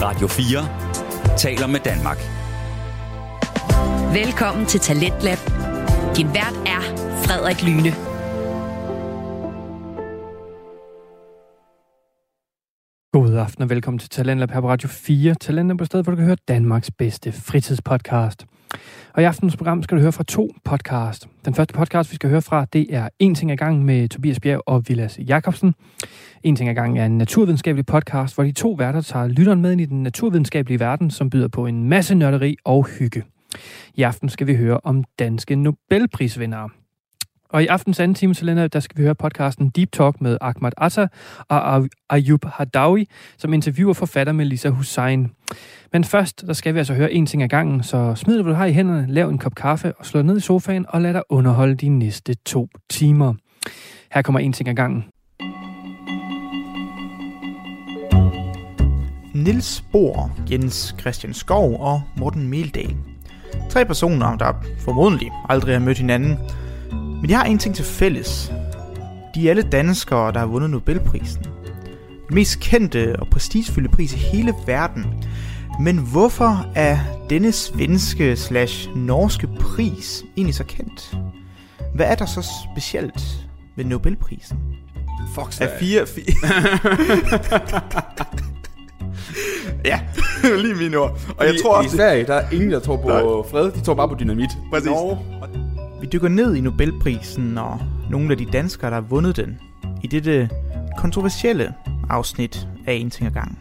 Radio 4 taler med Danmark. Velkommen til Talentlab. Din vært er Frederik Lyne. God aften og velkommen til Talentlab her på Radio 4. Talentlab på stedet, hvor du kan høre Danmarks bedste fritidspodcast. Og i aftenens program skal du høre fra 2 podcast. Den første podcast, vi skal høre fra, det er En ting ad gangen med Tobias Bjerg og Vilas Jacobsen. En ting ad gangen er en naturvidenskabelig podcast, hvor de 2 værter tager lytteren med ind i den naturvidenskabelige verden, som byder på en masse nørderi og hygge. I aften skal vi høre om danske Nobelprisvindere. Og i aftens anden time, der skal vi høre podcasten Deep Talk med Ahmad Atta og Ayub Hadaoui, som interviewer forfatter Melissa Hussein. Men først, der skal vi altså høre en ting ad gangen, så smid det, hvad du har i hænderne, lav en kop kaffe og slå ned i sofaen og lad dig underholde de næste 2 timer. Her kommer en ting ad gangen. Niels Bohr, Jens Christian Skov og Morten Meldal. 3 personer, der formodentlig aldrig har mødt hinanden. Men de har en ting til fælles. De er alle danskere, der har vundet Nobelprisen. Den mest kendte og prestigefyldte pris i hele verden. Men hvorfor er denne svenske/norske pris egentlig så kendt? Hvad er der så specielt ved Nobelprisen? Fuck, er 4... Ja, lige mine ord. Og jeg tror også, i Sverige, der er ingen, der tror på fred. De tror bare på dynamit. Præcis. Vi dykker ned i Nobelprisen og nogle af de danskere, der har vundet den, i dette kontroversielle afsnit af En ting ad gangen.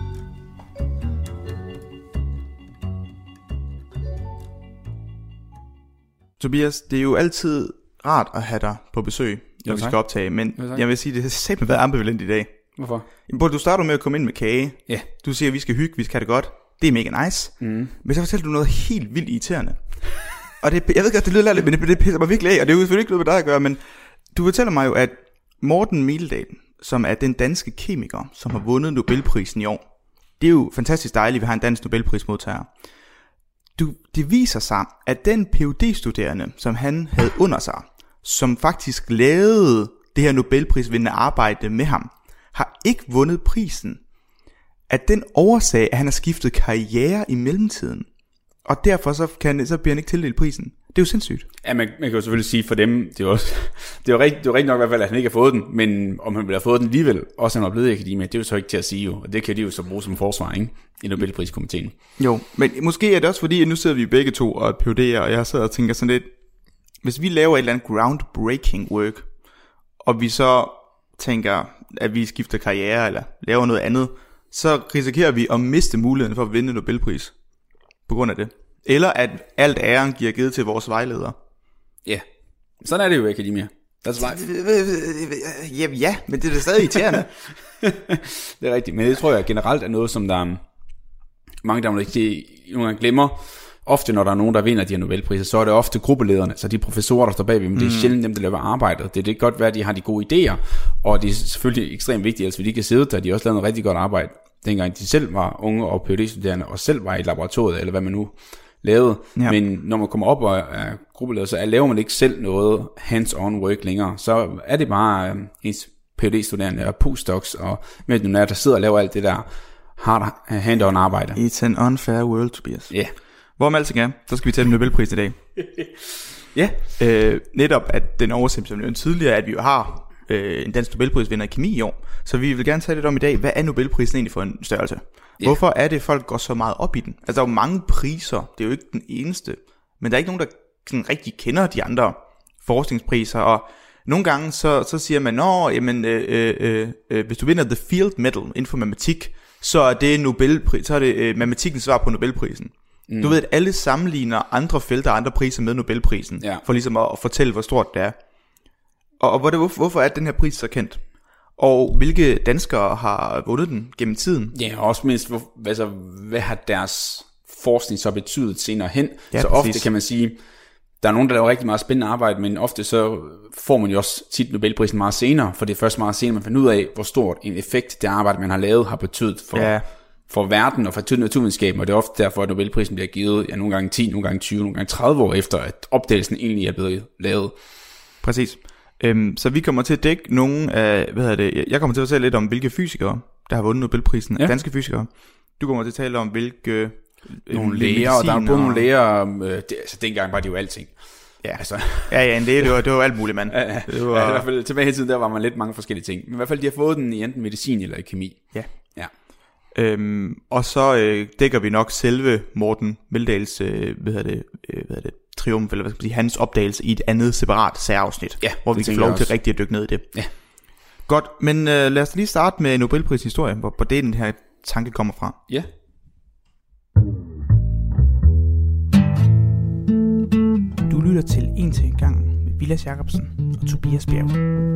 Tobias, det er jo altid rart at have dig på besøg, når vi skal optage, men jeg vil sige, det har simpelthen været ambivalent i dag. Hvorfor? Du starter med at komme ind med kage. Ja. Du siger, at vi skal hygge, vi skal have det godt. Det er mega nice. Men så fortæller du noget helt vildt irriterende. Og det, jeg ved godt, det lyder lidt, men det pisser mig virkelig af, og det er jo selvfølgelig ikke noget med dig at gøre, men du fortæller mig jo, at Morten Meldal, som er den danske kemiker, som har vundet Nobelprisen i år, det er jo fantastisk dejligt, at vi har en dansk Nobelprismodtager. Det viser sig, at den PhD-studerende, som han havde under sig, som faktisk lavede det her Nobelprisvindende arbejde med ham, har ikke vundet prisen. At den årsag, at han har skiftet karriere i mellemtiden. Og derfor så bliver han ikke tildelt prisen. Det er jo sindssygt. Ja, man kan jo selvfølgelig sige for dem, det er jo rigtig nok i hvert fald, at han ikke har fået den, men om han ville have fået den alligevel, også han var blevet i akademiet, det er jo så ikke til at sige jo, og det kan de jo så bruge som forsvar, ikke? I Nobelpriskomiteen. Jo, men måske er det også fordi, at nu sidder vi begge 2 og PhD'er, og jeg sidder og tænker sådan lidt, hvis vi laver et eller andet groundbreaking work, og vi så tænker, at vi skifter karriere, eller laver noget andet, så risikerer vi at miste muligheden for at vinde Nobelpris. På grund af det. Eller at alt æren giver givet til vores vejledere. Ja, sådan er det jo i akademiet. Ja, men det er da stadig irriterende. Det er rigtigt, men det tror jeg generelt er noget, som der mange der måske nogle gange glemmer. Ofte når der er nogen, der vinder de her Nobelpriser, så er det ofte gruppelederne, så de professorer, der står bagved, men det er sjældent dem, der laver arbejdet. Det er godt være, at de har de gode idéer, og det er selvfølgelig ekstremt vigtigt, altså, fordi de kan sidde der, de har også lavet noget rigtig godt arbejde, dengang de selv var unge og PhD-studerende, og selv var i laboratoriet, eller hvad man nu lavede. Ja. Men når man kommer op og er gruppeleder, så laver man ikke selv noget hands-on work længere. Så er det bare ens PhD-studerende og postdocs, og med nu der sidder og laver alt det der hard hand-on arbejde. It's an unfair world, Tobias. Ja. Hvorom alting er, så skal vi tage en Nobelpris i dag. Ja, netop at den oversættelse, som jeg tidligere, at vi jo har en dansk Nobelprisvinder i kemi i år. Så vi vil gerne tage lidt om i dag, hvad er Nobelprisen egentlig for en størrelse? Yeah. Hvorfor er det, folk går så meget op i den? Altså, der er jo mange priser, det er jo ikke den eneste. Men der er ikke nogen, der sådan rigtig kender de andre forskningspriser. Og nogle gange, så siger man, hvis du vinder The Field Medal inden for matematik, så er det Nobelpris, så er det matematikkens svar på Nobelprisen. Du ved, at alle sammenligner andre felter og andre priser med Nobelprisen, for ligesom at fortælle, hvor stort det er. Og hvorfor er den her pris så kendt? Og hvilke danskere har vundet den gennem tiden? Ja, og også mindst, hvad har deres forskning så betydet senere hen? Ja, så præcis. Ofte kan man sige, der er nogen, der laver rigtig meget spændende arbejde, men ofte så får man jo også tit Nobelprisen meget senere, for det er først meget senere, man finder ud af, hvor stort en effekt det arbejde, man har lavet, har betydet for verden og for naturvidenskaben, og det er ofte derfor, at Nobelprisen bliver givet nogle gange 10, nogle gange 20, nogle gange 30 år efter, at opdagelsen egentlig er blevet lavet. Præcis. Så vi kommer til at dække nogle af, jeg kommer til at fortælle lidt om, hvilke fysikere, der har vundet Nobelprisen, danske fysikere. Du kommer til at tale om, hvilke... Nogle læger, og der er både nogle læger... dengang var det jo alting. Ja, altså. Ja, en læge, det var alt muligt, mand. Det var... I hvert fald tilbage i tiden, der var man lidt mange forskellige ting. Men i hvert fald, de har fået den i enten medicin eller i kemi. Ja. Ja. Og så dækker vi nok selve Morten Meldahls, triumf, eller hvad skal man sige, hans opdagelse i et andet separat særafsnit, hvor vi kan få lov til rigtig at dykke ned i det. Ja. Godt, men lad os lige starte med Nobelprisens historie, hvor det den her tanke kommer fra. Ja. Du lytter til En til en gang med Vilas Jacobsen og Tobias Bjerg.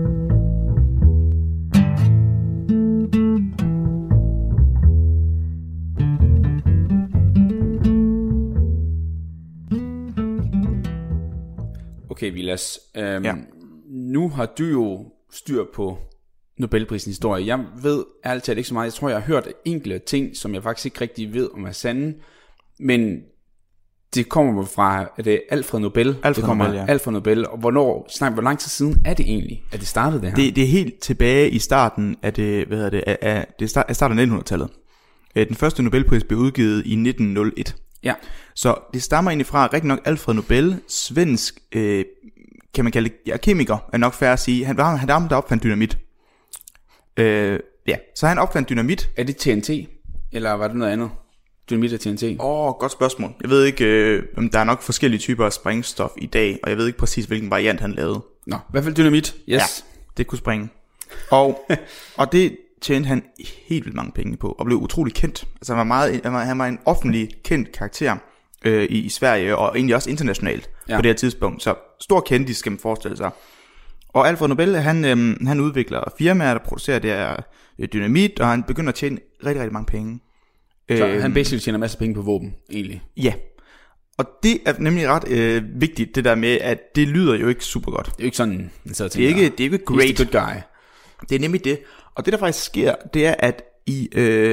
Okay, Vilas. Nu har du jo styr på Nobelprisens historie. Jeg ved ærligt talt ikke så meget. Jeg tror, jeg har hørt enkelte ting, som jeg faktisk ikke rigtig ved om er sande. Men det kommer fra, er det Alfred Nobel? Alfred Nobel. Og hvor lang tid siden er det egentlig, at det startede det her? Det er helt tilbage i starten af starten af 1900-tallet. Den første Nobelpris blev udgivet i 1901. Ja. Så det stammer egentlig fra, rigtig nok, Alfred Nobel, svensk, kan man kalde det, kemiker, er nok fair at sige. Han var ham, der opfandt dynamit. Så han opfandt dynamit. Er det TNT, eller var det noget andet? Dynamit og TNT? Godt spørgsmål. Jeg ved ikke, om der er nok forskellige typer af sprængstof i dag, og jeg ved ikke præcis, hvilken variant han lavede. Nå, i hvert fald dynamit. Yes. Ja, det kunne springe. Og det tjente han helt vildt mange penge på, og blev utrolig kendt. Altså han var en offentlig kendt karakter i Sverige, og egentlig også internationalt på det her tidspunkt. Så stor kendis skal man forestille sig. Og Alfred Nobel, han udvikler firmaer, der producerer det her dynamit, og han begynder at tjene rigtig, rigtig mange penge. Så han basically tjener masser af penge på våben, egentlig. Ja, og det er nemlig ret vigtigt, det der med, at det lyder jo ikke super godt. Det er jo ikke sådan, det er ikke great. He's a good guy. Det er nemlig det. Og det der faktisk sker, det er, at i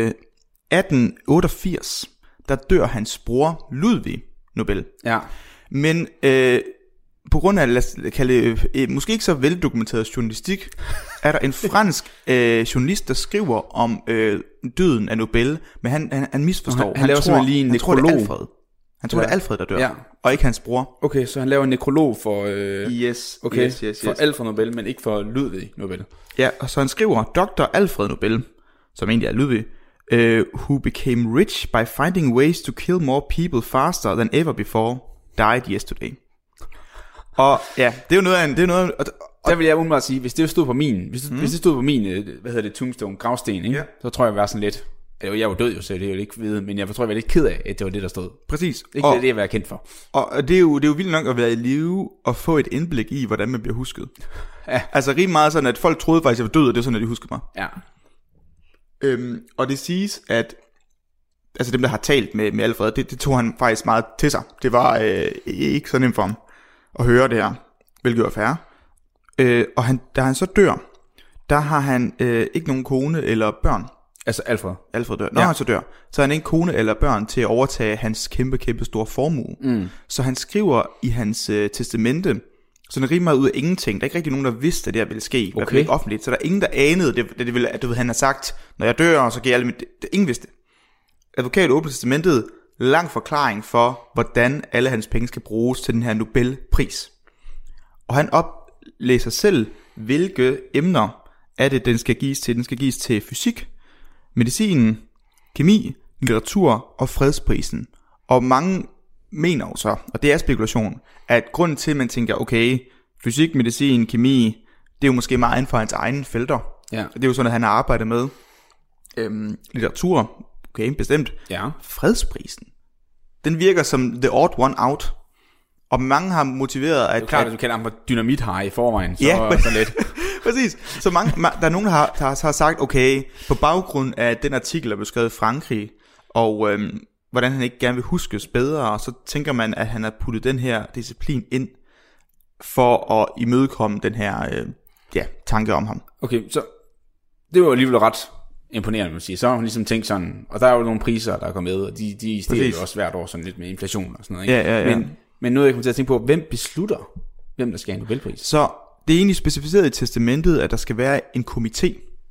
1888, der dør hans bror Ludvig Nobel. Ja. Men på grund af, lad os kalde måske ikke så veldokumenteret journalistik, er der en fransk journalist, der skriver om døden af Nobel, men han misforstår. Han laver simpelthen lige en nekrolog. Han tror, det er Alfred, der dør, og ikke hans bror. Okay, så han laver en nekrolog for... Yes. For Alfred Nobel, men ikke for Ludvig Nobel. Ja, og så han skriver, Dr. Alfred Nobel, som egentlig er Ludvig, who became rich by finding ways to kill more people faster than ever before, died yesterday. Og ja, det er jo noget af der vil jeg umiddelbart sige, hvis det stod på min, hvis det stod på min, tombstone, gravsten, ikke? Så tror jeg var sådan lidt, jeg er jo død jo, så det er jo ikke vide, men jeg tror jeg var lidt ked af, at det var det, der stod. Præcis. Ikke det, jeg var kendt for. Og det er jo vildt nok at være i live og få et indblik i, hvordan man bliver husket. Ja. Altså rimelig meget sådan, at folk troede faktisk, at jeg var død, og det er sådan, at de huskede mig. Ja. Og det siges, at altså dem, der har talt med Alfred, det tog han faktisk meget til sig. Det var ikke så nemt for ham at høre det her, hvilket var fair. Og da han så dør, der har han ikke nogen kone eller børn. Altså Alfred dør. Når han så dør, så har han ikke kone eller børn til at overtage hans kæmpe store formue. Så han skriver i hans testamente, sådan rimelig meget ud af ingenting. Der er ikke rigtig nogen, der vidste, at det her ville ske. Okay. Ikke offentligt. Så der er ingen, der anede det ville, at han har sagt, når jeg dør, så giver jeg alle mit... Ingen vidste det. Advokat åbner testamentet, lang forklaring for, hvordan alle hans penge skal bruges til den her Nobelpris. Og han oplæser selv, hvilke emner er det, den skal gives til. Den skal gives til fysik, medicin, kemi, litteratur og fredsprisen. Og mange mener jo så, og det er spekulation, at grunden til, at man tænker, okay, fysik, medicin, kemi, det er jo måske meget inden for hans egne felter. Ja. Det er jo sådan, at han har arbejdet med. Litteratur, okay, bestemt. Ja. Fredsprisen, den virker som the odd one out. Og mange har motiveret, at... Det er klart, at du kender ham for dynamit har i forvejen, så, ja, så let. Præcis. Så der er nogen, der har sagt, okay, på baggrund af den artikel, der blev skrevet i Frankrig, og hvordan han ikke gerne vil huskes bedre, og så tænker man, at han har puttet den her disciplin ind, for at imødekomme den her tanke om ham. Okay, så det var alligevel ret imponerende, man siger. Så har hun ligesom tænkt sådan, og der er jo nogle priser, der er kommet med, og de stiger jo også hvert år sådan lidt med inflation og sådan noget, ikke? Ja. Men nu er jeg kommet til at tænke på, hvem beslutter, hvem der skal have en Nobelpris? Så det er egentlig specificeret i testamentet, at der skal være en komité,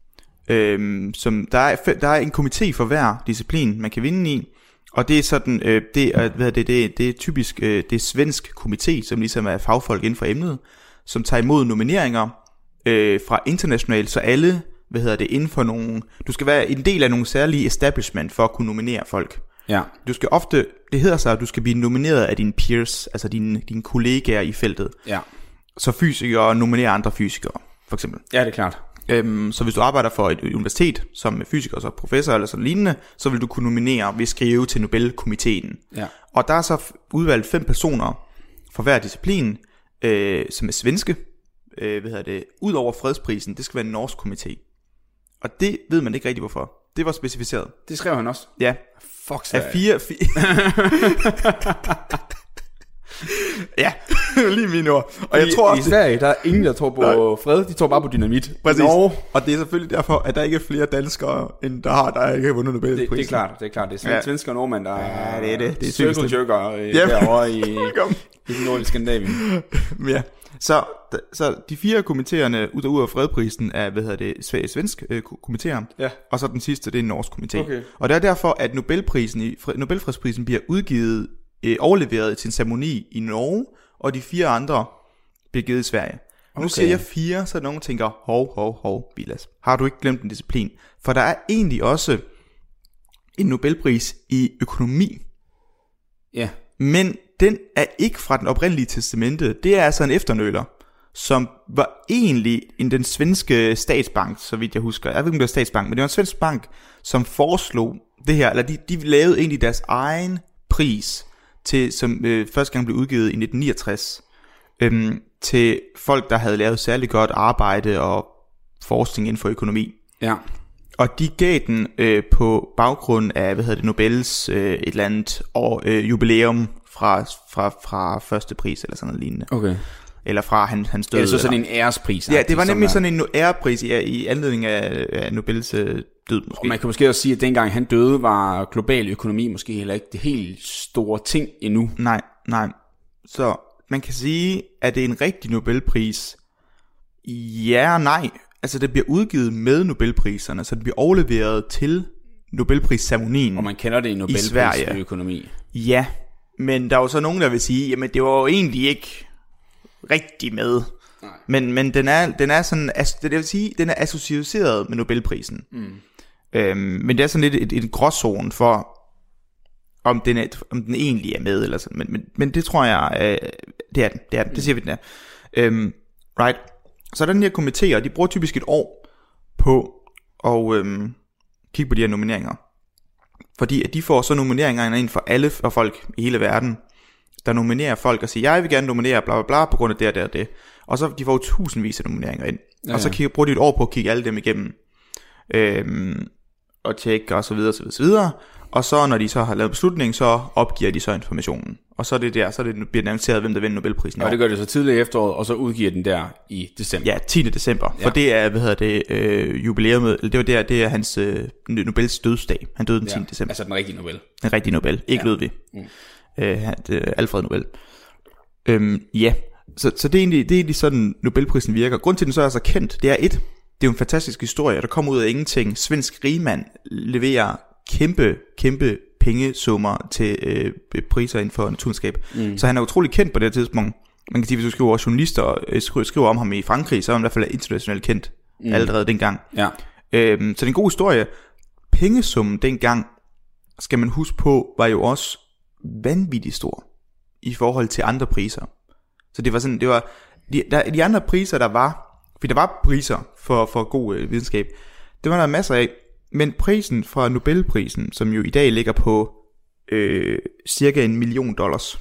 som der er en komité for hver disciplin, man kan vinde i. Og det er sådan, det er typisk, det er svensk komité, som ligesom er fagfolk inden for emnet, som tager imod nomineringer fra internationalt, så alle, inden for nogle, du skal være en del af nogle særlige establishment for at kunne nominere folk. Ja. Du skal ofte, det hedder sig, at du skal blive nomineret af dine peers, altså dine kollegaer i feltet. Ja. Så fysikere nominerer andre fysikere, for eksempel. Ja, det er klart. Så hvis du arbejder for et universitet som fysiker, så professor eller sådan lignende, så vil du kunne nominere ved at skrive til Nobelkomiteen. Ja. Og der er så udvalgt 5 personer for hver disciplin, som er svenske. Ud over fredsprisen, det skal være en norsk komité. Og det ved man ikke rigtig hvorfor. Det var specificeret. Det skrev han også. Ja. Fuck, Sverige. Af 4 ja, lige mine ord. Og jeg tror også, i Sverige, der er ingen, der tror på fred. De tror bare på dynamit. Præcis. Og det er selvfølgelig derfor, at der ikke er flere danskere, end der ikke har vundet Nobelprisen. Det er klart, det er klart. Det er svensker og nordmænd, der det er det. circle jerker derovre i den nordlige Skandinavien. Ja. Så de 4 komiteerne ud af fredprisen er, svensk komiteer, ja. Og så den sidste, det er en norsk komité. Okay. Og det er derfor, at Nobelfredsprisen bliver udgivet, overleveret til en ceremoni i Norge, og de 4 andre bliver givet i Sverige. Og nu siger jeg 4, så nogen tænker, hov, Vilas, har du ikke glemt en disciplin? For der er egentlig også en Nobelpris i økonomi. Ja. Men den er ikke fra den oprindelige testamente. Det er altså en efternøler, som var egentlig den svenske statsbank, så vidt jeg husker. Jeg ved ikke, om det var statsbank, men det var en svensk bank, som foreslog det her, eller de lavede egentlig deres egen pris, som første gang blev udgivet i 1969, til folk, der havde lavet særlig godt arbejde og forskning inden for økonomi. Ja. Og de gav den på baggrund af, Nobels et eller andet jubilæum fra første pris, eller sådan noget lignende. Okay. Eller fra hans død. Ja, så sådan en ærespris. Ja, det var nemlig sådan en ærepris i anledning af Nobels død måske. Og man kan måske også sige, at dengang han døde, var global økonomi måske heller ikke det helt store ting endnu. Nej. Så man kan sige, at det er en rigtig Nobelpris. Ja og nej. Altså det bliver udgivet med Nobelpriserne, så det bliver overleveret til Nobelprisceremonien. Og man kender det i Nobelpris i økonomi. Ja, men der er jo så nogen, der vil sige, jamen det var jo egentlig ikke rigtig med. Nej. Men den er sådan, det vil sige, den er associeret med Nobelprisen. Men det er sådan lidt et gråzone for, om den egentlig er med eller sådan. Men det tror jeg, det er den. Det siger vi, den er. Right. Så den her komitéer, de bruger typisk et år på at kigge på de her nomineringer. Fordi at de får så nomineringer ind for alle og folk i hele verden, der nominerer folk og siger, jeg vil gerne nominere bla bla bla på grund af det og det. Og så de får tusindvis af nomineringer ind. Ja, og så bruger de et år på at kigge alle dem igennem. Og tjekke og så videre, så videre. Og så når de så har lavet beslutningen, så opgiver de så informationen. Og så er det der, så bliver det annonceret, hvem der vinder Nobelprisen. Og det gør det så tidligt i efteråret, og så udgiver den der i december. Ja, 10. december. For det er, jubilæumet, det er hans Nobels dødsdag. Han døde den 10. december. Altså den rigtige Nobel. Den rigtige Nobel, ikke Ludvig. Alfred Nobel. Så det er egentlig sådan, Nobelprisen virker. Grunden til, den så er så kendt, det er det er jo en fantastisk historie, der kommer ud af ingenting. Svensk rigmand leverer kæmpe pengesummer til priser inden for naturvidenskab. Så han er utrolig kendt på det tidspunkt. Man kan sige, hvis du skriver journalister skriver om ham i Frankrig, så er han i hvert fald internationalt kendt allerede dengang. Ja. Så det er en god historie. Pengesummen dengang, skal man huske på, var jo også vanvittigt stor i forhold til andre priser. Så det var sådan, de andre priser, der var, fordi der var priser for god videnskab, det var der masser af. Men prisen fra Nobelprisen, som jo i dag ligger på cirka $1 million,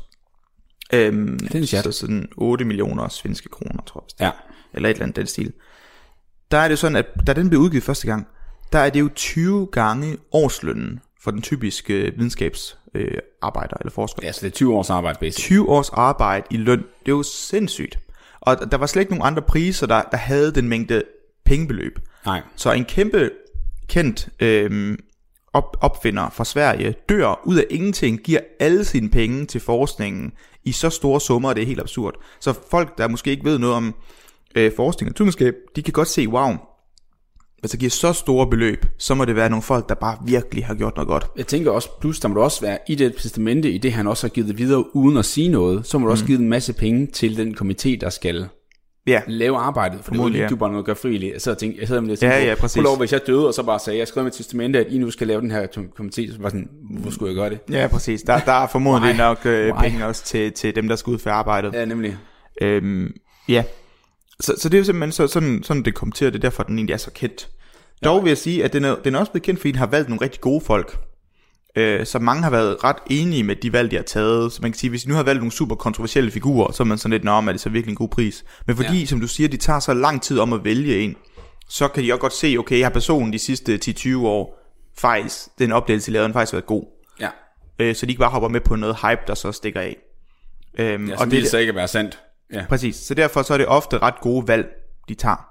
så sådan 8 millioner svenske kroner, tror jeg. Ja. Eller et eller andet den stil. Der er det sådan, at da den blev udgivet første gang, der er det jo 20 gange årslønnen for den typiske videnskabsarbejder eller forsker. Ja, så det er 20 års arbejde, basically. 20 års arbejde i løn, det er jo sindssygt. Og der var slet ikke nogen andre priser, der havde den mængde pengebeløb. Nej. Så en kæmpe kendt opfinder fra Sverige dør ud af ingenting, giver alle sine penge til forskningen i så store summer, det er helt absurd. Så folk, der måske ikke ved noget om forskning og naturvidenskab, de kan godt se, wow, altså giver så store beløb, så må det være nogle folk, der bare virkelig har gjort noget godt. Jeg tænker også, plus der må også være i det testamente, i det han også har givet det videre uden at sige noget, så må du også give en masse penge til den komité, der skal lave arbejdet, for det er jo ikke bare noget at gøre frivilligt. Jeg sidder med det og tænker, præcis. På lov, hvis jeg døde, og så bare sagde, jeg skrev med testamente, at I nu skal lave den her komité, så var sådan, hvor skulle jeg gøre det? Ja, præcis. Der er formodentlig nok penge også til dem, der skal udføre arbejdet. Ja, nemlig. Ja. Så det er jo simpelthen sådan det kom til, og det er derfor, den egentlig er så kendt. Dog vil jeg sige, at den er også blevet kendt, fordi den har valgt nogle rigtig gode folk. Så mange har været ret enige med de valg, de har taget. Så man kan sige, hvis de nu har valgt nogle super kontroversielle figurer, så er man sådan lidt, om er det så virkelig en god pris. Men fordi, som du siger, de tager så lang tid om at vælge en, så kan de også godt se, okay, har personen de sidste 10-20 år faktisk, den opdagelse, de lavede, den faktisk været god. Ja. Så de ikke bare hopper med på noget hype, der så stikker af. Og det så ikke være sandt. Ja. Præcis, så derfor så er det ofte ret gode valg, de tager.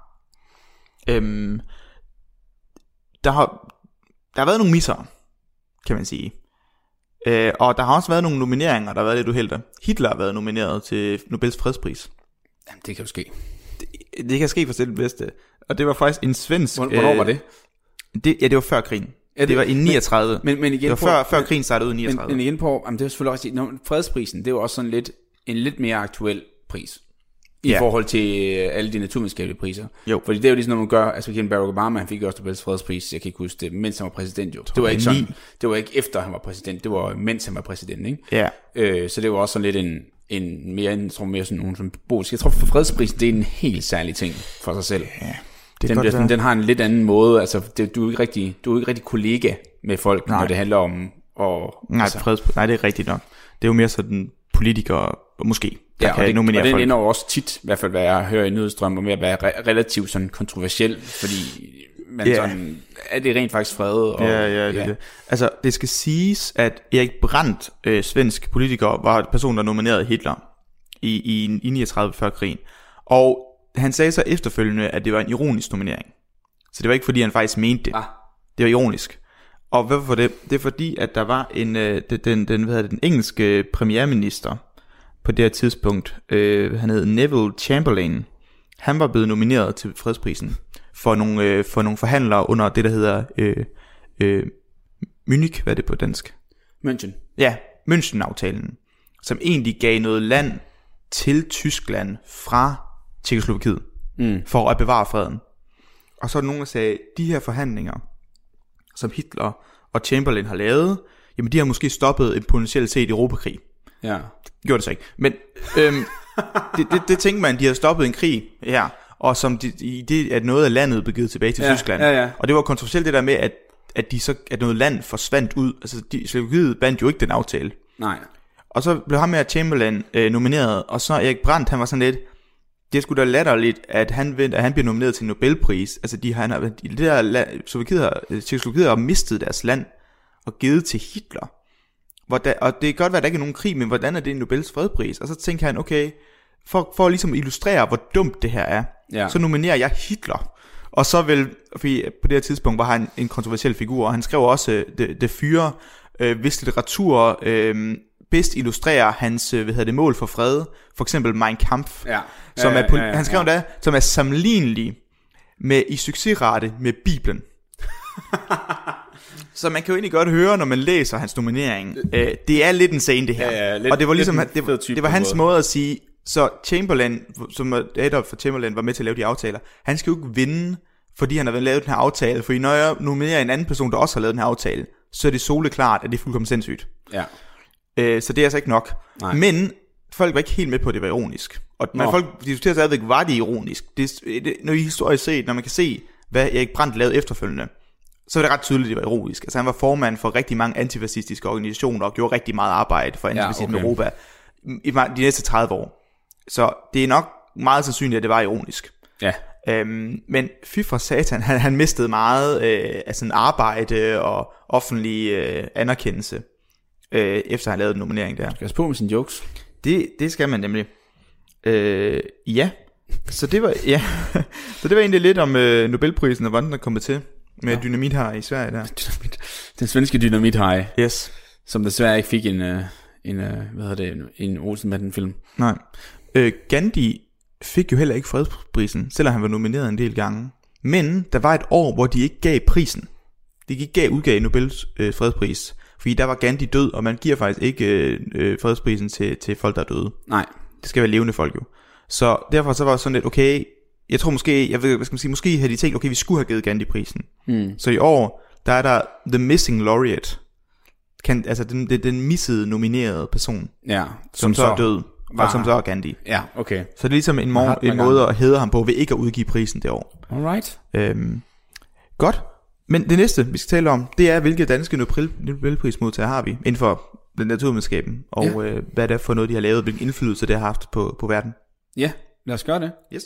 Der har været nogle misser, kan man sige. Og der har også været nogle nomineringer, der har været lidt uheldige. Hitler har været nomineret til Nobels fredspris. Jamen, det kan jo ske. Det kan ske for selv det bedste. Og det var faktisk en svensk... Hvornår var det? Det var før krigen. Ja, det var i 39. Men igen det var før krigen startede ud i 39. Men igen på, det er selvfølgelig også... Fredsprisen, det var også sådan en lidt mere aktuel pris. I forhold til alle de naturvidenskabelige priser. Jo. Fordi det er jo ligesom, når man gør, altså Barack Obama, han fik også Nobels fredspris, jeg kan ikke huske det, mens han var præsident jo. Det var ikke sådan, det var ikke efter han var præsident, det var mens han var præsident, ikke? Ja. Så det var også sådan lidt en mere sådan nogle symbolisk. Jeg tror for fredsprisen, det er en helt særlig ting for sig selv. Ja. Den har en lidt anden måde, altså du er ikke rigtig kollega med folk, når det handler om nej, det er rigtigt nok. Det er jo mere sådan politikere måske. Ja, og den ender jo også tit, i hvert fald hvad jeg hører i nyhedsstrømmer, med at være relativt sådan kontroversiel, fordi man sådan, er det rent faktisk fredet? Og, det. Altså, det skal siges, at Erik Brandt, svensk politiker, var person, der nominerede Hitler i 39 før krigen. Og han sagde så efterfølgende, at det var en ironisk nominering. Så det var ikke fordi, han faktisk mente det. Det var ironisk. Og hvorfor det? Det er fordi, at der var den engelske premierminister på det her tidspunkt, han hed Neville Chamberlain. Han var blevet nomineret til fredsprisen for nogle forhandlere under det, der hedder Munich, hvad er det på dansk? München. Ja, München-aftalen, som egentlig gav noget land til Tyskland fra Tjekkoslovakiet, for at bevare freden. Og så er der nogen, der sagde, de her forhandlinger, som Hitler og Chamberlain har lavet, jamen de har måske stoppet en potentielt set Europakrig. Ja. Det gjorde det så ikke. Men det tænker man, de har stoppet en krig her, og som det at noget af landet blev givet tilbage til Tyskland. Ja. Og det var kontroversielt det der med, at noget land forsvandt ud. Altså Slovakiet bandt jo ikke den aftale. Nej. Og så blev ham med Chamberlain nomineret, og så Erik Brandt, han var sådan lidt, det skulle da latterligt, at han bliver nomineret til en Nobelpris. Altså Tjekkoslovakiet har mistet deres land og givet til Hitler. Og det kan godt være, at der ikke er nogen krig, men hvordan er det en Nobels fredspris? Og så tænker han, okay, for ligesom at illustrere, hvor dumt det her er, så nominerer jeg Hitler. Og så fordi på det her tidspunkt var han en kontroversiel figur, og han skrev også det fyre, hvis litteratur bedst illustrerer hans mål for fred, for eksempel Mein Kampf, han skrev der, som er sammenlignelig med i succesrate med Bibelen. Så man kan jo egentlig godt høre, når man læser hans nominering, det er lidt en scene det her. Og det var ligesom det var hans måde at sige, så Chamberlain, som Adolf for Chamberlain var med til at lave de aftaler, han skal jo ikke vinde, fordi han har lavet den her aftale, fordi når jeg nominerer en anden person, der også har lavet den her aftale, så er det soleklart, at det er fuldkommen sindssygt. Ja. Så det er altså ikke nok. Nej. Men folk var ikke helt med på, at det var ironisk. Men folk diskuterer stadigvæk, var det ironisk? Når I historisk set, når man kan se, hvad Erik Brandt lavede efterfølgende, så var det ret tydeligt, at det var ironisk. Altså han var formand for rigtig mange antifascistiske organisationer og gjorde rigtig meget arbejde for antifascisme i Europa i de næste 30 år. Så det er nok meget sandsynligt, at det var ironisk. Ja. Men fy for satan, han mistede meget af sådan arbejde og offentlig anerkendelse, efter han lavede en nominering der. Skal jeg på med sine jokes? Det skal man nemlig. Ja. Så det var egentlig lidt om Nobelprisen og hvordan den er kommet til. Med dynamithaj i Sverige der. Den svenske dynamithaj. Yes. Som desværre ikke fik en Olsen-banden-film. Nej. Gandhi fik jo heller ikke fredsprisen, selvom han var nomineret en del gange. Men der var et år, hvor de ikke gav prisen. De ikke udgav Nobels fredspris. Fordi der var Gandhi død, og man giver faktisk ikke fredsprisen til folk, der er døde. Nej. Det skal være levende folk jo. Så derfor så var det sådan lidt, okay, jeg tror måske havde de tænkt, okay, vi skulle have givet Gandhi-prisen. Så i år, der er der The Missing Laureate. Altså den missede nominerede person. Ja. Som så er død. Og som så er Gandhi. Ja, okay. Så det er ligesom en måde at hædre ham på, ved ikke at udgive prisen det år. Alright. Godt. Men det næste, vi skal tale om, det er, hvilke danske Nobelprismodtagere har vi inden for naturvidenskaben, og hvad det er for noget, de har lavet, hvilken indflydelse det har haft på verden. Ja, lad os gøre det. Yes.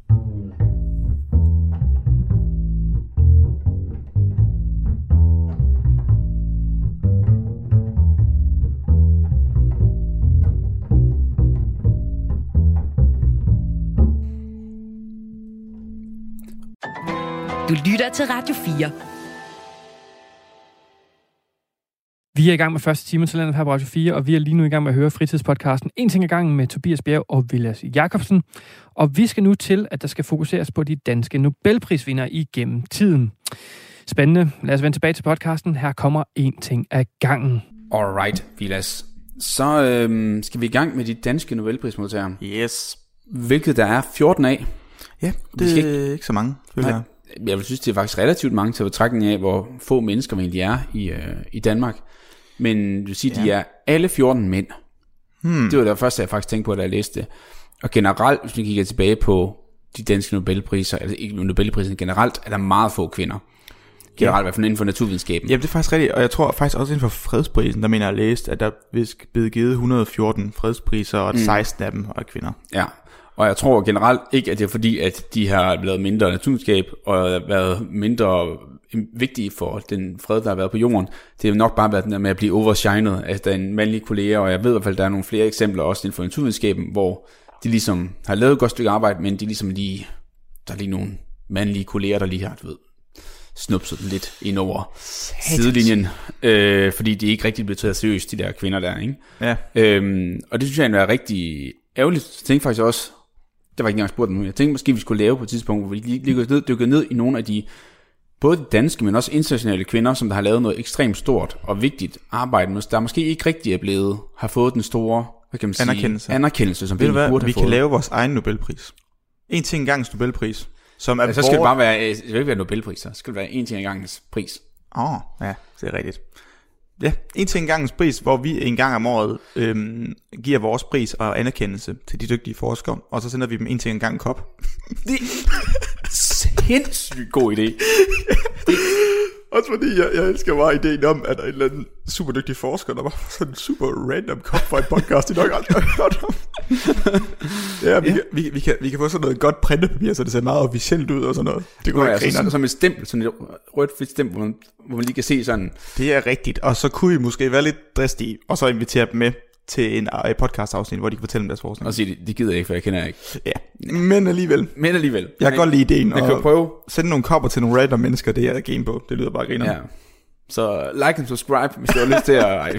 Du lytter til Radio 4. Vi er i gang med første time til landet her på Radio 4, og vi er lige nu i gang med at høre fritidspodcasten En ting ad gangen med Tobias Bjerg og Vilas Jacobsen. Og vi skal nu til, at der skal fokuseres på de danske Nobelprisvindere igennem tiden. Spændende. Lad os vende tilbage til podcasten. Her kommer En ting ad gangen. Alright, Vilas. Så skal vi i gang med de danske Nobelprismodtagere. Yes. Hvilket der er 14 af. Ja, det er ikke så mange, føler jeg. Jeg vil synes, det er faktisk relativt mange til betragtning af, hvor få mennesker egentlig er i Danmark. Men du vil sige, de er alle 14 mænd. Det var det første, jeg faktisk tænkte på, da jeg læste det. Og generelt, hvis vi kigger tilbage på de danske Nobelpriser, altså ikke Nobelprisen generelt, er der meget få kvinder. Generelt i hvert fald inden for naturvidenskaben. Jamen det er faktisk rigtigt, og jeg tror faktisk også inden for fredsprisen, der mener jeg læst, at der er blevet givet 114 fredspriser, og 16 af dem er kvinder. Ja. Og jeg tror generelt ikke, at det er fordi, at de har lavet mindre naturvidenskab og været mindre vigtige for den fred, der har været på jorden. Det har nok bare været den der med at blive overshined af den mandlige kolleger, og jeg ved i hvert fald, at der er nogle flere eksempler også inden for naturvidenskaben, hvor de ligesom har lavet et godt stykke arbejde, men de ligesom der er lige nogle mandlige kolleger, der lige har, snupset lidt ind over sidelinjen, fordi de ikke rigtig blev taget seriøst, de der kvinder der, ikke? Ja. Og det synes jeg er rigtig ærgerligt. Jeg tænkte faktisk også, det var ikke engang spurgt nu, jeg tænkte måske, vi skulle lave på et tidspunkt, hvor vi lige dykker ned i nogle af de, både de danske, men også internationale kvinder, som der har lavet noget ekstremt stort og vigtigt arbejde, der måske ikke rigtig har fået den store, hvad kan man sige, anerkendelse, som vi burde have fået. Vi kan lave vores egen Nobelpris. En ting gangens Nobelpris. Som er så skal det bare være, det vil ikke være Nobelpris, så skal det være en ting gangens pris. Ja, det er rigtigt. Ja, en ting gangens pris, hvor vi en gang om året giver vores pris og anerkendelse til de dygtige forskere, og så sender vi dem en ting gang kop. Det er sindssygt god idé. Også fordi jeg elsker bare ideen om, at der er en eller anden super dygtig forsker, der var sådan en super random kop for et podcast, de nok aldrig har hørt om. Ja, vi kan få sådan noget godt printepapir, så det ser meget officielt ud og sådan noget. Det kunne være som et stempel, sådan et rødt fedt stempel, hvor man lige kan se sådan. Det er rigtigt, og så kunne I måske være lidt dristige, og så invitere dem med til en podcast-afsnit, hvor de kan fortælle om deres forskning. Og sige, de gider ikke, for jeg kender ikke. Ja, men alligevel. Jeg kan godt lide ideen, og prøve. Sende nogle kopper til nogle random mennesker, det er jeg game på. Det lyder bare griner. Ja. Så like and subscribe, hvis du har lyst til at...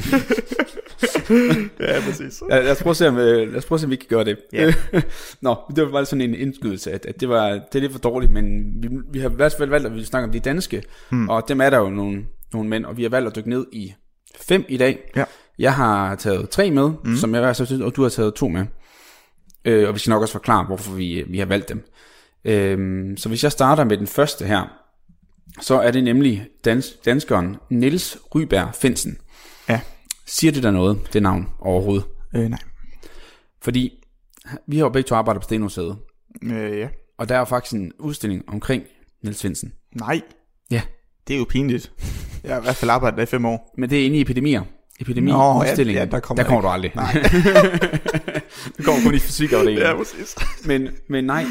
Ja, præcis. Lad os prøve at se, om vi kan gøre det. Yeah. Nå, det var bare sådan en indskydelse, at det er lidt for dårligt, men vi har i hvert fald valgt, at vi vil snakke om de danske, og dem er der jo nogle mænd, og vi har valgt at dykke ned i 5 i dag. Ja. Jeg har taget 3 med, som jeg synes, og du har taget 2 med. Og vi skal nok også forklare, hvorfor vi har valgt dem. Så hvis jeg starter med den første her, så er det nemlig danskeren Niels Ryberg Finsen. Ja. Siger det der noget, det navn overhovedet? Nej. Fordi vi har jo begge to arbejdet på Stenmuseet. Ja. Og der er faktisk en udstilling omkring Niels Finsen. Nej. Ja. Det er jo pinligt. Jeg har i hvert fald arbejdet der i 5 år. Men det er inde i epidemi-udstilling. Ja, der kommer du aldrig. Nej. Det kommer kun i fysikafdelingen. Ja, præcis. Men nej.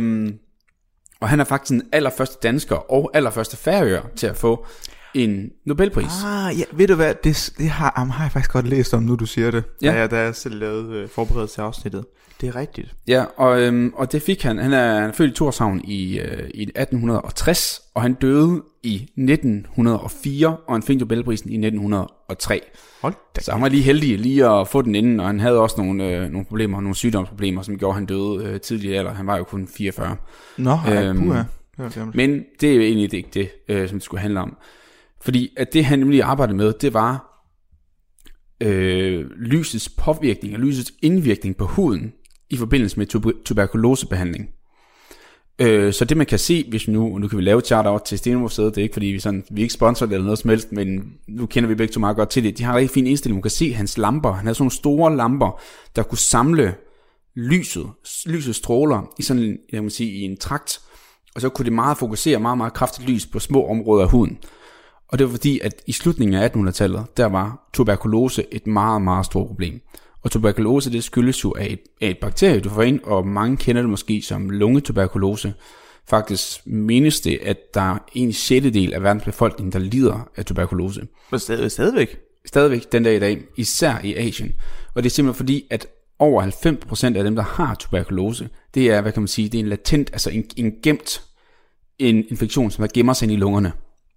Og han er faktisk den allerførste dansker og allerførste færøer til at få en Nobelpris. Ja, ved du hvad, det har jeg faktisk godt læst om, nu du siger det. Ja. Da jeg selv lavede forberedelse til afsnittet. Det er rigtigt. Ja, og det fik han. Han er født i Tórshavn i 1860, og han døde i 1904, og han fik Nobelprisen i 1903. Så han var lige heldig lige at få den inden, og han havde også nogle problemer, nogle sygdomsproblemer, som gjorde, at han døde tidligere alder. Han var jo kun 44. Nå, puha. Men det er jo egentlig ikke det, som det skulle handle om. Fordi at det han nemlig arbejdede med, det var lysets påvirkning og lysets indvirkning på huden i forbindelse med tuberkulosebehandling. Så det man kan se, hvis nu kan vi lave et shout-out til Stenmuseet, det er ikke fordi vi er ikke sponsoret eller noget som helst, men nu kender vi begge to meget godt til det. De har en rigtig fin indstilling, man kan se hans lamper. Han har sådan nogle store lamper, der kunne samle lysets stråler i sådan i en trakt, og så kunne det meget fokusere meget kraftigt lys på små områder af huden. Og det var fordi, at i slutningen af 1800-tallet, der var tuberkulose et meget stort problem. Og tuberkulose, det skyldes jo af et bakterie, du får ind, og mange kender det måske som lungetuberkulose. Faktisk menes det, at der er 1/6 af verdens befolkning, der lider af tuberkulose. Men stadigvæk? Stadigvæk den dag i dag, især i Asien. Og det er simpelthen fordi, at over 90% af dem, der har tuberkulose, det er, hvad kan man sige, det er en latent, altså en gemt infektion, som der gemmer sig ind i lungerne.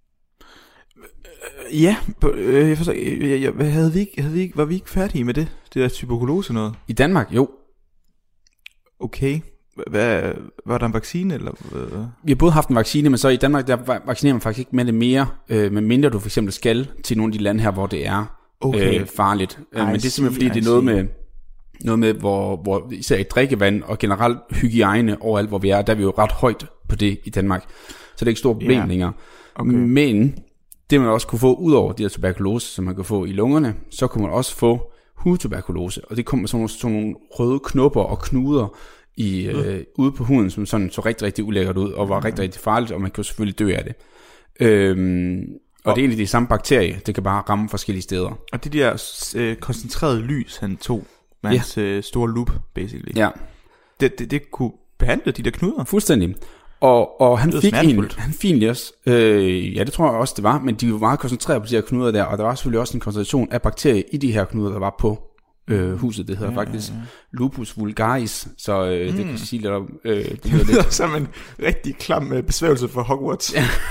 Ja, jeg forstår, var vi ikke færdige med det der tuberkulose noget? I Danmark, jo. Okay. Var der en vaccine, eller hvad? Vi har både haft en vaccine, men så i Danmark, der vaccinerer man faktisk ikke med det mere, medmindre du for eksempel skal til nogle af de lande her, hvor det er farligt. Men det er simpelthen fordi, det er noget med hvor især i drikkevand og generelt hygiejne overalt, hvor vi er, der er vi jo ret højt på det i Danmark. Så det er ikke et stort problem længere. Okay. Men det man også kunne få, ud over de her tuberkulose, som man kan få i lungerne, så kunne man også få hudtuberkulose. Og det kommer med sådan nogle røde knopper og knuder ude på huden, som sådan så rigtig ulækkert ud, og var rigtig farligt, og man kan jo selvfølgelig dø af det. Og det er egentlig de samme bakterier, det kan bare ramme forskellige steder. Og det der koncentrerede lys, han tog med hans store loop, basically. Ja. Det kunne behandle de der knuder? Fuldstændig. Og han fik egentlig også, ja det tror jeg også det var, men de var meget koncentreret på de her knuder der, og der var selvfølgelig også en koncentration af bakterier i de her knuder, der var på huset. Det hedder faktisk lupus vulgaris, så det kan sige lidt om, det lyder som en rigtig klam besværgelse for Hogwarts.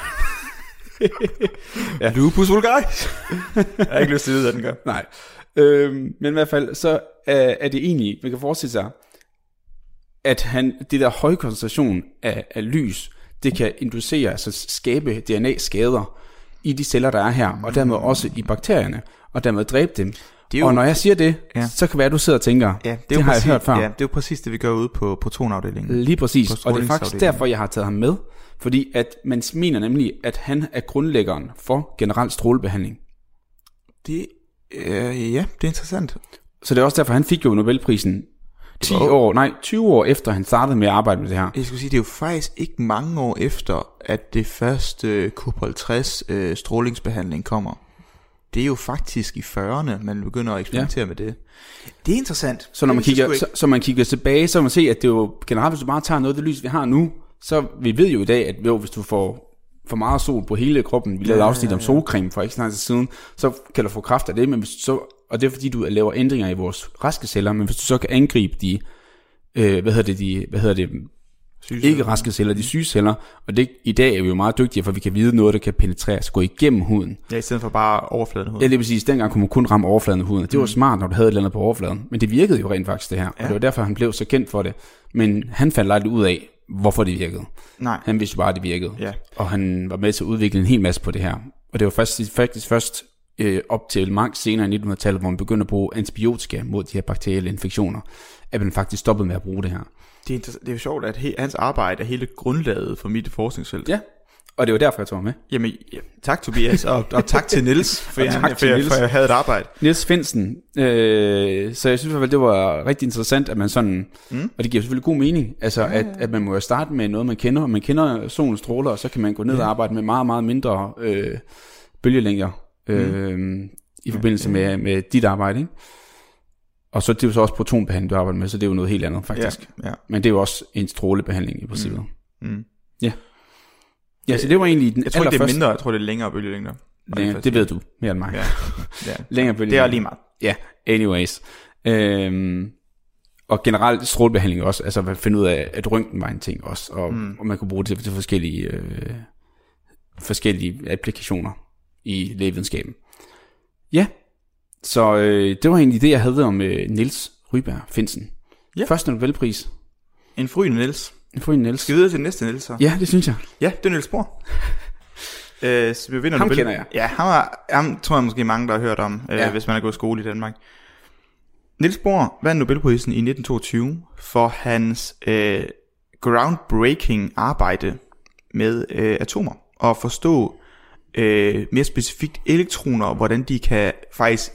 Ja. Lupus vulgaris. Jeg har ikke lyst til at vide, hvad den gør. Nej. Men i hvert fald, så er det egentlig, man kan forestille sig, at det der høje koncentration af lys, det kan inducere, altså skabe DNA-skader i de celler, der er her, og dermed også i bakterierne, og dermed dræbe dem. Og når jeg siger det, så kan være, at du sidder og tænker, det har jeg hørt før. Ja, det er jo præcis det, vi gør ude på protonafdelingen. Lige præcis, og det er faktisk derfor, jeg har taget ham med, fordi at man mener nemlig, at han er grundlæggeren for generel strålebehandling. Det er interessant. Så det er også derfor, han fik jo Nobelprisen 20 år efter han startede med at arbejde med det her. Jeg skulle sige, det er jo faktisk ikke mange år efter, at det første Cupol-60 strålingsbehandling kommer. Det er jo faktisk i 40'erne, man begynder at eksperimentere med det. Det er interessant. Så når man kigger tilbage, så kan man se, at det er jo generelt, hvis du bare tager noget af det lys, vi har nu, så vi ved jo i dag, at hvis du får for meget sol på hele kroppen, vi lavede afsnit om solcreme for ikke snart siden, så kan du få kræft af det, men hvis du så, og det er fordi, du laver ændringer i vores raske celler, men hvis du så kan angribe de, ikke raske celler, de syge celler, og det, i dag er vi jo meget dygtige, for vi kan vide noget, der kan penetreres, gå igennem huden. Ja, i stedet for bare overfladen af huden. Ja, det er præcis. Dengang kunne man kun ramme overfladen af huden. Det var smart, når du havde et eller andet på overfladen, men det virkede jo rent faktisk det her, og det var derfor, han blev så kendt for det. Men han fandt aldrig ud af, hvorfor det virkede. Nej. Han vidste bare, at det virkede. Og han var med til at udvikle en hel masse på det her. Og det var faktisk først op til langt senere i 1900-tallet, hvor man begyndte at bruge antibiotika mod de her bakterielle infektioner, at man faktisk stoppede med at bruge det her. Det er jo sjovt, at hans arbejde er hele grundlaget for mit forskningsfelt. Ja, og det var derfor, jeg tog med. Jamen, tak Tobias, og tak til Niels, for jeg havde et arbejde. Niels Finsen. Så jeg synes i hvert fald, det var rigtig interessant, at man sådan, og det giver selvfølgelig god mening, altså at man må jo starte med noget, man kender, og man kender solens stråler, og så kan man gå ned og arbejde med meget, meget mindre bølgelængder i forbindelse med dit arbejde, ikke? Og så det er jo så også protonbehandling, du arbejder med, så det er jo noget helt andet, faktisk. Ja. Men det er jo også en strålebehandling i princippet. Ja, så det var egentlig den allerførste. Jeg tror ikke, det er mindre, jeg tror, det er længere bølgelængder. Det ved du mere end mig. Ja. Længere bølgelængder. Det er lige meget. Ja, anyways. Og generelt strålebehandling også, altså at finde ud af, at røntgen var en ting også, og man kunne bruge det til forskellige applikationer i lægevidenskaben. Ja. Så det var egentlig det, jeg havde om Niels Ryberg Finsen. Ja. Første Nobelpris. En frygende Niels. Få en Niels. Skal vi videre til næste Niels så? Ja, det synes jeg. Ja, det er Niels Bohr. Så vi vinder ham kender jeg. Ja, ham tror jeg måske mange, der har hørt om, hvis man har gået i skole i Danmark. Niels Bohr vandt Nobelprisen i 1922 for hans groundbreaking arbejde med atomer. Og forstå mere specifikt elektroner, og hvordan de kan faktisk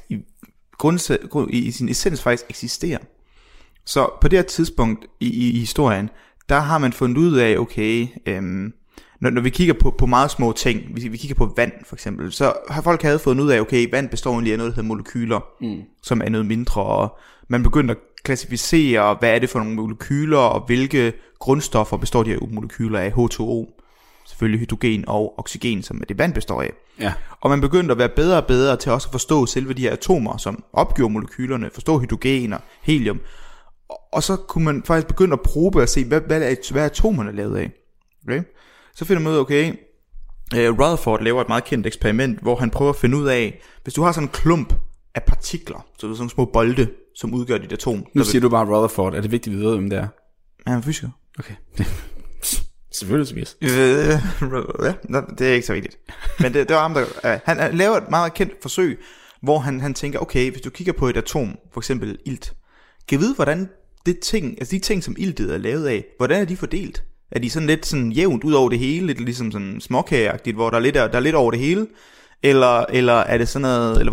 i sin essens faktisk eksistere. Så på det her tidspunkt i historien, der har man fundet ud af, okay, når vi kigger på meget små ting, vi kigger på vand for eksempel, så har folk fundet ud af, okay, vand består egentlig af noget, der hedder molekyler, som er noget mindre, og man begynder at klassificere, hvad er det for nogle molekyler, og hvilke grundstoffer består de her molekyler af, H2O, selvfølgelig hydrogen og oxygen, som det vand består af. Ja. Og man begyndte at være bedre og bedre til også at forstå selve de her atomer, som opgjorde molekylerne, forstå hydrogen og helium. Og så kunne man faktisk begynde at probe og se, hvad er atomerne lavet af. Okay? Så finder man ud af, okay, Rutherford laver et meget kendt eksperiment, hvor han prøver at finde ud af, hvis du har sådan en klump af partikler, så det er sådan små bolde, som udgør dit atom. Nu siger du bare Rutherford, er det vigtigt, at vi ved, hvem det er? Ja, han er fysiker. Okay. Selvfølgelig så vis. Ja, det er ikke så vigtigt. Men det var ham, der... Han laver et meget kendt forsøg, hvor han tænker, okay, hvis du kigger på et atom, for eksempel ilt, kan jeg vide, hvordan de ting, som iltet er lavet af, hvordan er de fordelt? Er de sådan lidt sådan jævnt ud over det hele, lidt ligesom sådan småkageagtigt, hvor der er lidt over det hele? Eller er det sådan noget, eller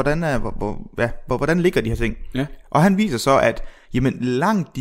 hvordan ligger de her ting? Ja. Og han viser så, at jamen, langt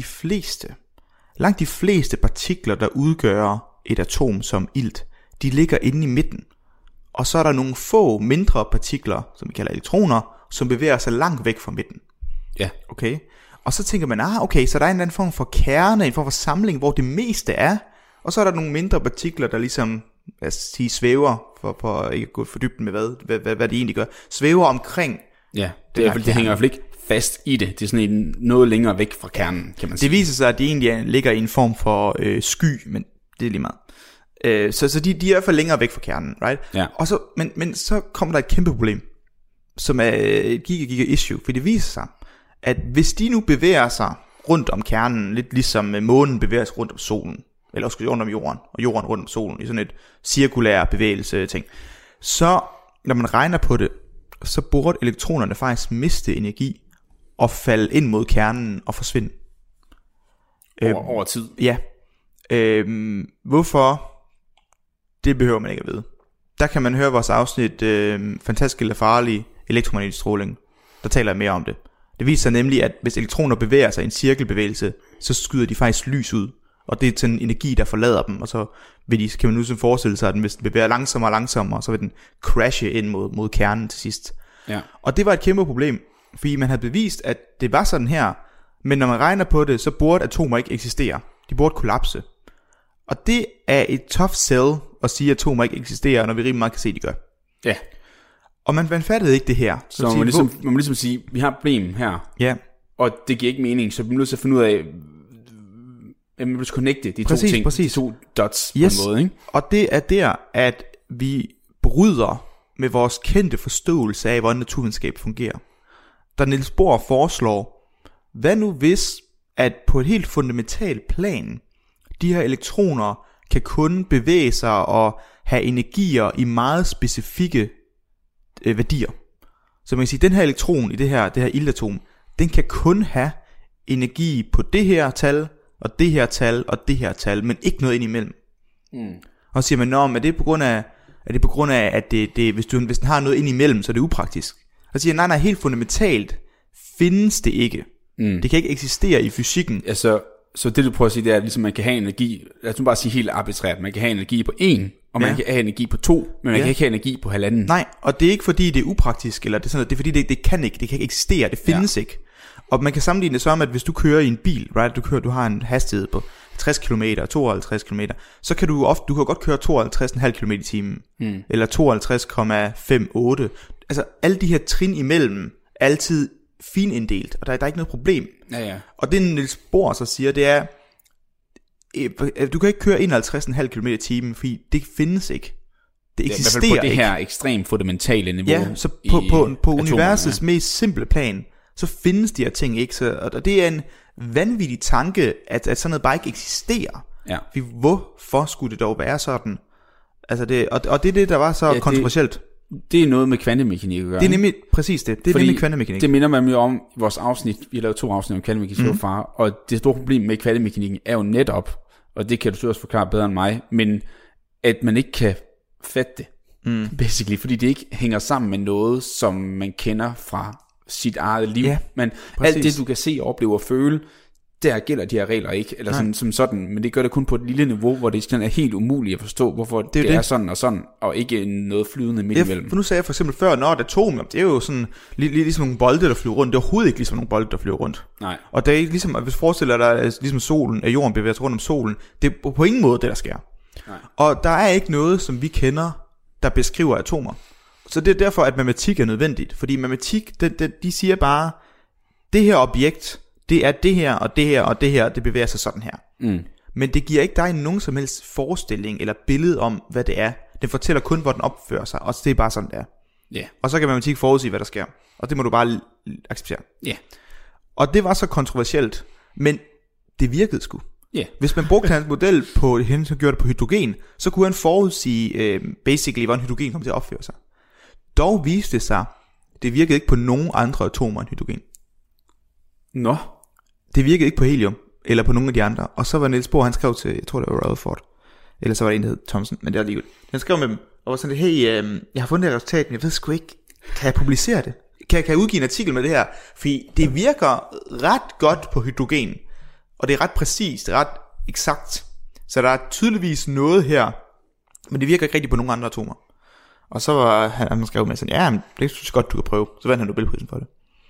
de fleste partikler, der udgør et atom som ilt, de ligger inde i midten. Og så er der nogle få mindre partikler, som vi kalder elektroner, som bevæger sig langt væk fra midten. Ja. Okay. Og så tænker man, okay, så der er en eller anden form for kerne, en form for samling, hvor det meste er. Og så er der nogle mindre partikler, der ligesom, lad os sige, svæver, for ikke at gå for dybden med hvad de egentlig gør, svæver omkring. Ja, det hænger i hvert fald ikke fast i det. Det er sådan noget længere væk fra kernen, kan man sige. Det viser sig, at de egentlig ligger i en form for sky, men det er lige meget. Så de er i hvert fald længere væk fra kernen, right? Ja. Og så, men så kommer der et kæmpe problem, som er et giga issue, for det viser sig, at hvis de nu bevæger sig rundt om kernen, lidt ligesom månen bevæger sig rundt om solen, eller også rundt om jorden, og jorden rundt om solen, i sådan et cirkulær bevægelse ting, så når man regner på det, så burde elektronerne faktisk miste energi, og falde ind mod kernen og forsvinde. Over tid. Ja. Hvorfor? Det behøver man ikke at vide. Der kan man høre vores afsnit Fantastisk eller farlig elektromagnetisk stråling. Der taler jeg mere om det. Det viser sig nemlig, at hvis elektroner bevæger sig i en cirkelbevægelse, så skyder de faktisk lys ud. Og det er sådan en energi, der forlader dem. Og så kan man nu sådan forestille sig, at hvis den bevæger langsommere og langsommere, så vil den crashe ind mod kernen til sidst. Ja. Og det var et kæmpe problem, fordi man havde bevist, at det var sådan her. Men når man regner på det, så burde atomer ikke eksistere. De burde kollapse. Og det er et tough sell at sige, at atomer ikke eksisterer, når vi rimelig meget kan se, at de gør. Ja. Og man fattede ikke det her. Så man må ligesom sige, vi har et problem her. Ja. Og det giver ikke mening, så vi er nødt til at finde ud af, at man vil connecte de to ting, de to dots på en måde, ikke? Og det er der, at vi bryder med vores kendte forståelse af, hvordan naturvidenskab fungerer. Der Niels Bohr foreslår, hvad nu hvis, at på et helt fundamentalt plan, de her elektroner kan kun bevæge sig og have energier i meget specifikke værdier. Så man kan sige, den her elektron i det her iltatom, den kan kun have energi på det her tal, og det her tal, og det her tal, men ikke noget ind imellem. Og så siger man, er det på grund af, at det, hvis den har noget ind imellem, så er det upraktisk. Og så siger nej, helt fundamentalt findes det ikke. Det kan ikke eksistere i fysikken. Altså, så det du prøver at sige, det er, at ligesom man kan have energi, lad os bare sige helt arbitrært, man kan have energi på 1, og man kan have energi på 2, men man kan ikke have energi på 1,5. Nej, og det er ikke fordi det er upraktisk, eller det er sådan, det er fordi det kan ikke eksistere, det findes ikke. Og man kan sammenligne det som, at hvis du kører i en bil, right, du har en hastighed på 60 km, 52 km, så kan du godt køre 52,5 km i timen, eller 52,58. Altså alle de her trin imellem er altid fininddelt, og der er ikke noget problem. Ja. Og det Niels Bohr så siger, det er, du kan ikke køre 51,5 km i timen, fordi det findes ikke. Det eksisterer ikke. På det her ekstremt fundamentale niveau. Ja, så på universets mest simple plan, så findes de her ting ikke. Og det er en vanvittig tanke, at sådan noget bare ikke eksisterer. Ja. Hvorfor skulle det dog være sådan? Altså det, og det er det, der var så kontroversielt. Det er noget med kvantemekanik at gøre. Det er nemlig præcis det. Det er nemlig kvantemekanik. Det minder mig jo om vores afsnit. Vi har lavet 2 afsnit om kvantemekanik så far, og det store problem med kvantemekanikken er jo netop, og det kan du også forklare bedre end mig, men at man ikke kan fatte det. Basically, fordi det ikke hænger sammen med noget, som man kender fra sit eget liv. Ja, men alt det, du kan se, opleve og føle, der gælder de her regler ikke, eller sådan, som sådan, men det gør det kun på et lille niveau, hvor det er helt umuligt at forstå, hvorfor det er sådan og sådan, og ikke noget flydende midt imellem. For nu sagde jeg for eksempel før, når et atom, det er jo sådan ligesom nogle bolde, der flyver rundt. Det er overhovedet ikke ligesom nogle bolde, der flyver rundt. Nej. Og det er ikke ligesom, hvis du forestiller dig, ligesom solen, at jorden bevæger sig rundt om solen, det er på ingen måde det, der sker. Nej. Og der er ikke noget, som vi kender, der beskriver atomer. Så det er derfor, at matematik er nødvendigt. Fordi matematik, de siger bare, det her objekt, det er det her, og det her, og det her, det bevæger sig sådan her. Men det giver ikke dig nogen som helst forestilling, eller billede om, hvad det er. Den fortæller kun, hvor den opfører sig, og det er bare sådan, det er. Yeah. Og så kan matematik forudsige, hvad der sker. Og det må du bare acceptere. Yeah. Og det var så kontroversielt, men det virkede sgu. Yeah. Hvis man brugte hans model på, han gjorde det på hydrogen, så kunne han forudsige, basically, hvordan hydrogen kom til at opføre sig. Dog viste det sig, det virkede ikke på nogen andre atomer end hydrogen. Nå. Det virkede ikke på helium, eller på nogen af de andre. Og så var Niels Bohr, han skrev til, jeg tror det var Rutherford, eller så var det en, der hed Thomson, men det var lige. Han skrev med dem, og var sådan, hey, jeg har fundet det resultat, men jeg ved sgu ikke, kan jeg publicere det? Kan jeg udgive en artikel med det her? Fordi det virker ret godt på hydrogen, og det er ret præcist, det er ret eksakt. Så der er tydeligvis noget her, men det virker ikke rigtig på nogen andre atomer. Og så var han skrev med sådan, ja, det synes jeg godt, du kan prøve. Så vandt han Nobelprisen for det.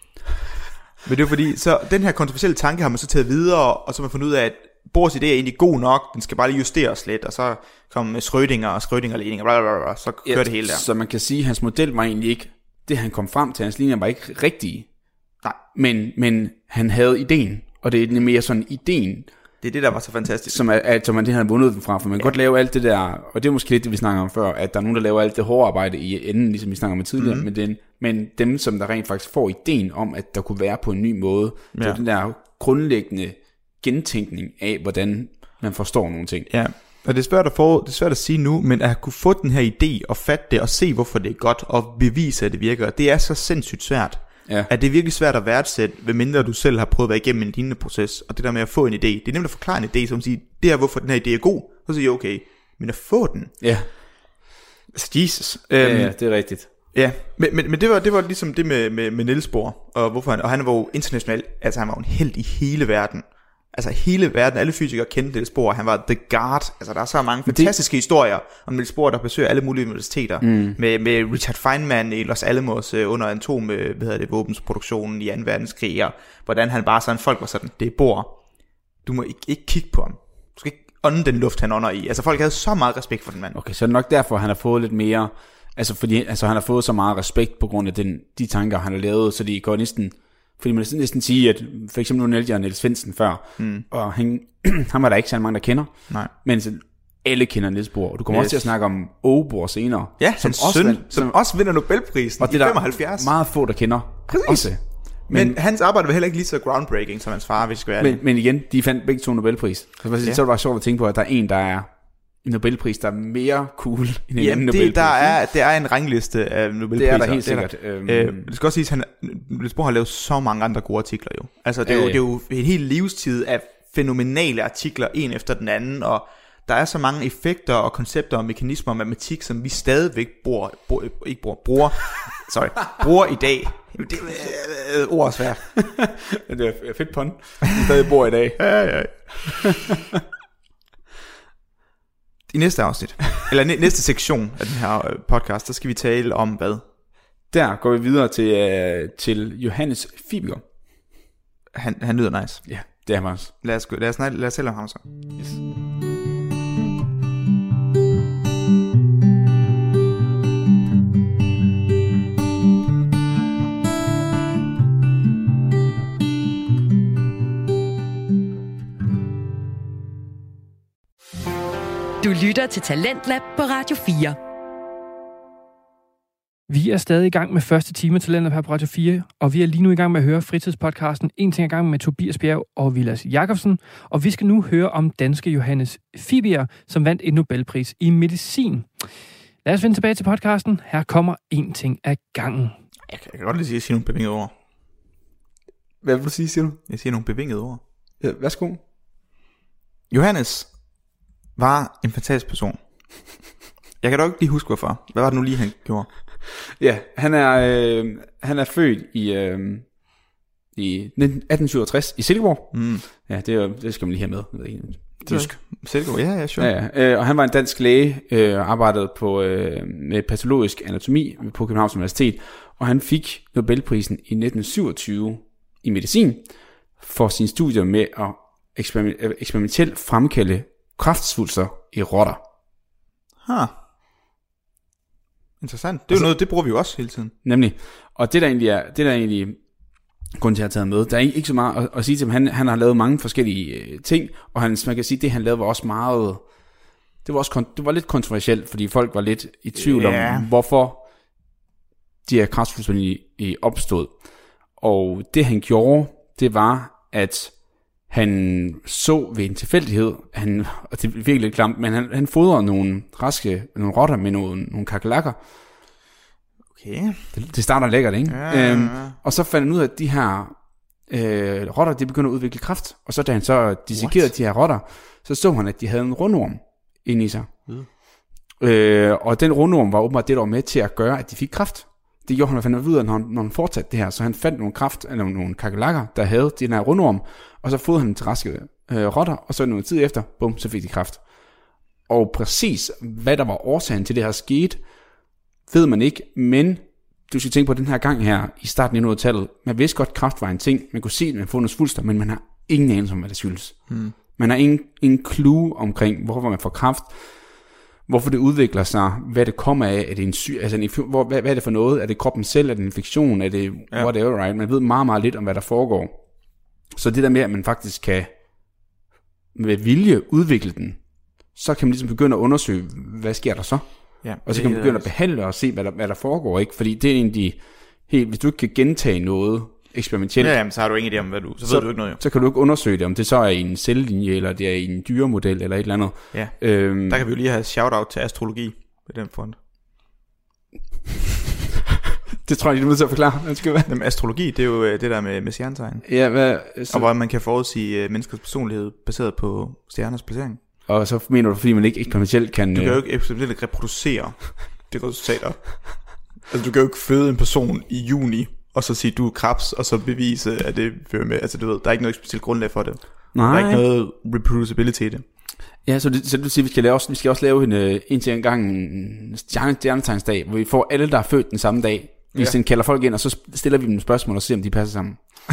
Men det er fordi, så den her kontroversielle tanke har man så taget videre, og så har man fundet ud af, at Bohrs idé er egentlig god nok, den skal bare lige justeres lidt, og så kom Schrödinger og Schrödinger-ligninger, så kører det hele der. Så man kan sige, at hans model var egentlig ikke, det han kom frem til, hans linjer var ikke rigtige. Nej. Men han havde ideen, og det er mere sådan ideen. Det er det, der var så fantastisk. Som man det, han har vundet den fra, for man kan godt lave alt det der, og det er måske lidt det, vi snakker om før, at der er nogen, der laver alt det hårde arbejde i enden, ligesom vi snakker om tidligere, men dem, som der rent faktisk får ideen om, at der kunne være på en ny måde, det er den der grundlæggende gentænkning af, hvordan man forstår nogle ting. Ja, og det er svært at sige nu, men at kunne få den her idé, og fatte det, og se, hvorfor det er godt, og bevise, at det virker, det er så sindssygt svært. Ja. At det er virkelig svært at værdsætte, medmindre du selv har prøvet at være igennem en lignende proces. Og det der med at få en idé, det er nemt at forklare en idé, som siger, det er hvorfor den her idé er god. Så siger jeg, okay, men at få den. Ja. Altså, Jesus. Ja, det er rigtigt. Ja, men det var ligesom det med Niels Bohr, og hvorfor han var jo international, altså han var jo en helt i hele verden. Altså hele verden, alle fysikere kendte Niels Bohr, han var the god. Altså der er så mange fantastiske historier om Niels Bohr, der besøger alle mulige universiteter. Med Richard Feynman i Los Alamos under atomvåbensproduktionen i 2. verdenskrig, og hvordan han bare sådan, folk var sådan, det er Bohr, du må ikke kigge på ham. Du skal ikke ånde den luft, han ånder i. Altså folk havde så meget respekt for den mand. Okay, så er det nok derfor, han har fået lidt mere, fordi han har fået så meget respekt på grund af de tanker, han har lavet, så de går næsten. Fordi man næsten sige, at for eksempel nu nævnte jeg Niels Svendsen før, og han var der ikke så mange, der kender. Nej. Men alle kender Niels Bohr. Du kommer også til at snakke om Aage Bohr senere. Ja, som også vinder Nobelprisen og i 75. Meget få, der kender. Præcis. Også. Men hans arbejde var heller ikke lige så groundbreaking som hans far, hvis jeg skal være men igen, de fandt begge 2 Nobelpris. Så det var bare sjovt at tænke på, at der er en, der er en Nobelpris, der er mere cool end en anden Nobelpris. Det er en rangliste af Nobelpriser. Det er der helt sikkert. Det skal også siges, at Niels Bohr har lavet så mange andre gode artikler jo. Altså det er jo en hel livstid af fænomenale artikler, en efter den anden, og der er så mange effekter og koncepter og mekanismer og matematik, som vi stadigvæk bruger i dag. Det er ord svært. Det er fedt pun. Vi stadig bruger i dag. Ja. I næste afsnit, eller næste sektion af den her podcast, der skal vi tale om hvad? Der går vi videre til Johannes Fibiger. Han lyder nice. Ja, det er han også. Lad os tale om ham så. Yes. Du lytter til Talentlab på Radio 4. Vi er stadig i gang med første time Talenter her på Radio 4, og vi er lige nu i gang med at høre fritidspodcasten En ting ad gangen med Tobias Bjerg og Vilas Jakobsen, og vi skal nu høre om danske Johannes Fibiger, som vandt en Nobelpris i medicin. Lad os vende tilbage til podcasten. Her kommer En ting ad gangen. Jeg kan godt lige sige nogle bevingede ord. Hvad vil du sige, siger du? Jeg siger nogle bevingede ord. Ja, værsgo. Johannes var en fantastisk person. Jeg kan dog ikke lige huske hvorfor. Hvad var det nu lige han gjorde? Ja, han er født i 1867 i Silkeborg. Ja, det skal man lige have med. Tysk. Silkeborg, ja, sure. Ja, og han var en dansk læge, arbejdede med patologisk anatomi på Københavns Universitet, og han fik Nobelprisen i 1927 i medicin for sin studier med at eksperimentelt fremkalde kræftsvulster i rotter. Interessant. Det er jo noget, det bruger vi jo også hele tiden. Nemlig. Og det der egentlig grunden til at have taget med, der er ikke så meget at sige til ham. Han har lavet mange forskellige ting, og man kan sige, det han lavede var også meget, det var lidt kontroversielt, fordi folk var lidt i tvivl om, hvorfor de her kræftsvulster opstod. Og det han gjorde, det var, at han så ved en tilfældighed, og det er virkelig lidt klamt, men han fodrede nogle rotter med nogle kakelakker. Okay. Det starter lækkert, ikke? Ja. Og så fandt han ud af, at de her rotter, de begynder at udvikle kræft. Og så da han så dissekerede de her rotter, så han, at de havde en rundorm inde i sig. Og den rundorm var åbenbart det, der var med til at gøre, at de fik kræft. Det gjorde han at finde ud af, når han fortsatte det her. Så han fandt nogle kakelakker, der havde den her rundorm, og så fodrede han dem til raske rotter, og så noget tid efter, bum, så fik de kræft. Og præcis, hvad der var årsagen til det her skete, ved man ikke, men du skal tænke på den her gang her, i starten af 1900-tallet, man vidste godt, at kræft var en ting, man kunne se, at man får nogle svulster, men man har ingen anelse om, hvad det skyldes. Man har ingen clue omkring, hvorfor man får kræft, hvorfor det udvikler sig, hvad det kommer af, er det en syg, altså hvad er det for noget, er det kroppen selv, er det en infektion, er det whatever, right? Man ved meget, meget lidt om, hvad der foregår. Så det der med, at man faktisk kan med vilje udvikle den, så kan man ligesom begynde at undersøge, hvad sker der så? Ja, og så kan man begynde at behandle og se, hvad der foregår, ikke? Fordi det er egentlig helt, hvis du ikke kan gentage noget eksperimentelt, jamen, så har du ingen idé om, hvad så ved du ikke noget. Jo. Så kan du ikke undersøge det, om det så er i en cellelinje, eller det er i en dyremodel, eller et eller andet. Ja, der kan vi jo lige have shout-out til astrologi på den front. Det tror jeg, du er nødt til at forklare. Jamen, astrologi, det er jo det der med stjernetegn. Ja, og hvor man kan forudsige menneskers personlighed baseret på stjerners placering. Og så mener du, fordi man ikke eksperimentelt kan... Du kan jo ikke eksperimentelt reproducere det resultater. Altså, du kan jo ikke føde en person i juni, og så sige, du er krebs, og så bevise, at det fører med. Altså, du ved, der er ikke noget specielt grundlag for det. Nej. Der er ikke noget reproducibility i det. Ja, så det vil sige, vi skal også lave en til en gang en stjernetegnsdag, hvor vi får alle, der er født den samme dag. Vi kalder folk ind, og så stiller vi dem spørgsmål og ser, om de passer sammen.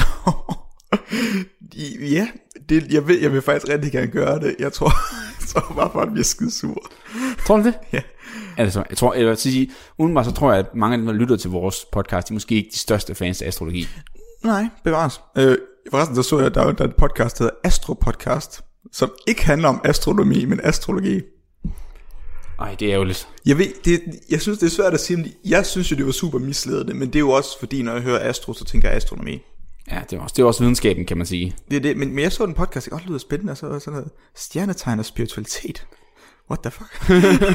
Ja, jeg vil faktisk rigtig gerne gøre det. Jeg tror bare, folk bliver skidesure. Tror du det? Ja. Altså, udenbart så tror jeg, at mange af dem, der lytter til vores podcast, de er måske ikke de største fans af astrologi. Nej, bevares. Forresten, der så jeg, der er en podcast, der hedder Astro-podcast, som ikke handler om astronomi, men astrologi. Ej, det er ærgerligt. Jeg synes, det er svært at sige, men jeg synes jo, det var super misledende, men det er jo også, fordi når jeg hører astro, så tænker jeg astronomi. Ja, det er også videnskaben, kan man sige. Det er det, men jeg så den podcast, det lyder spændende, og så sådan noget stjernetegn og spiritualitet. What the fuck?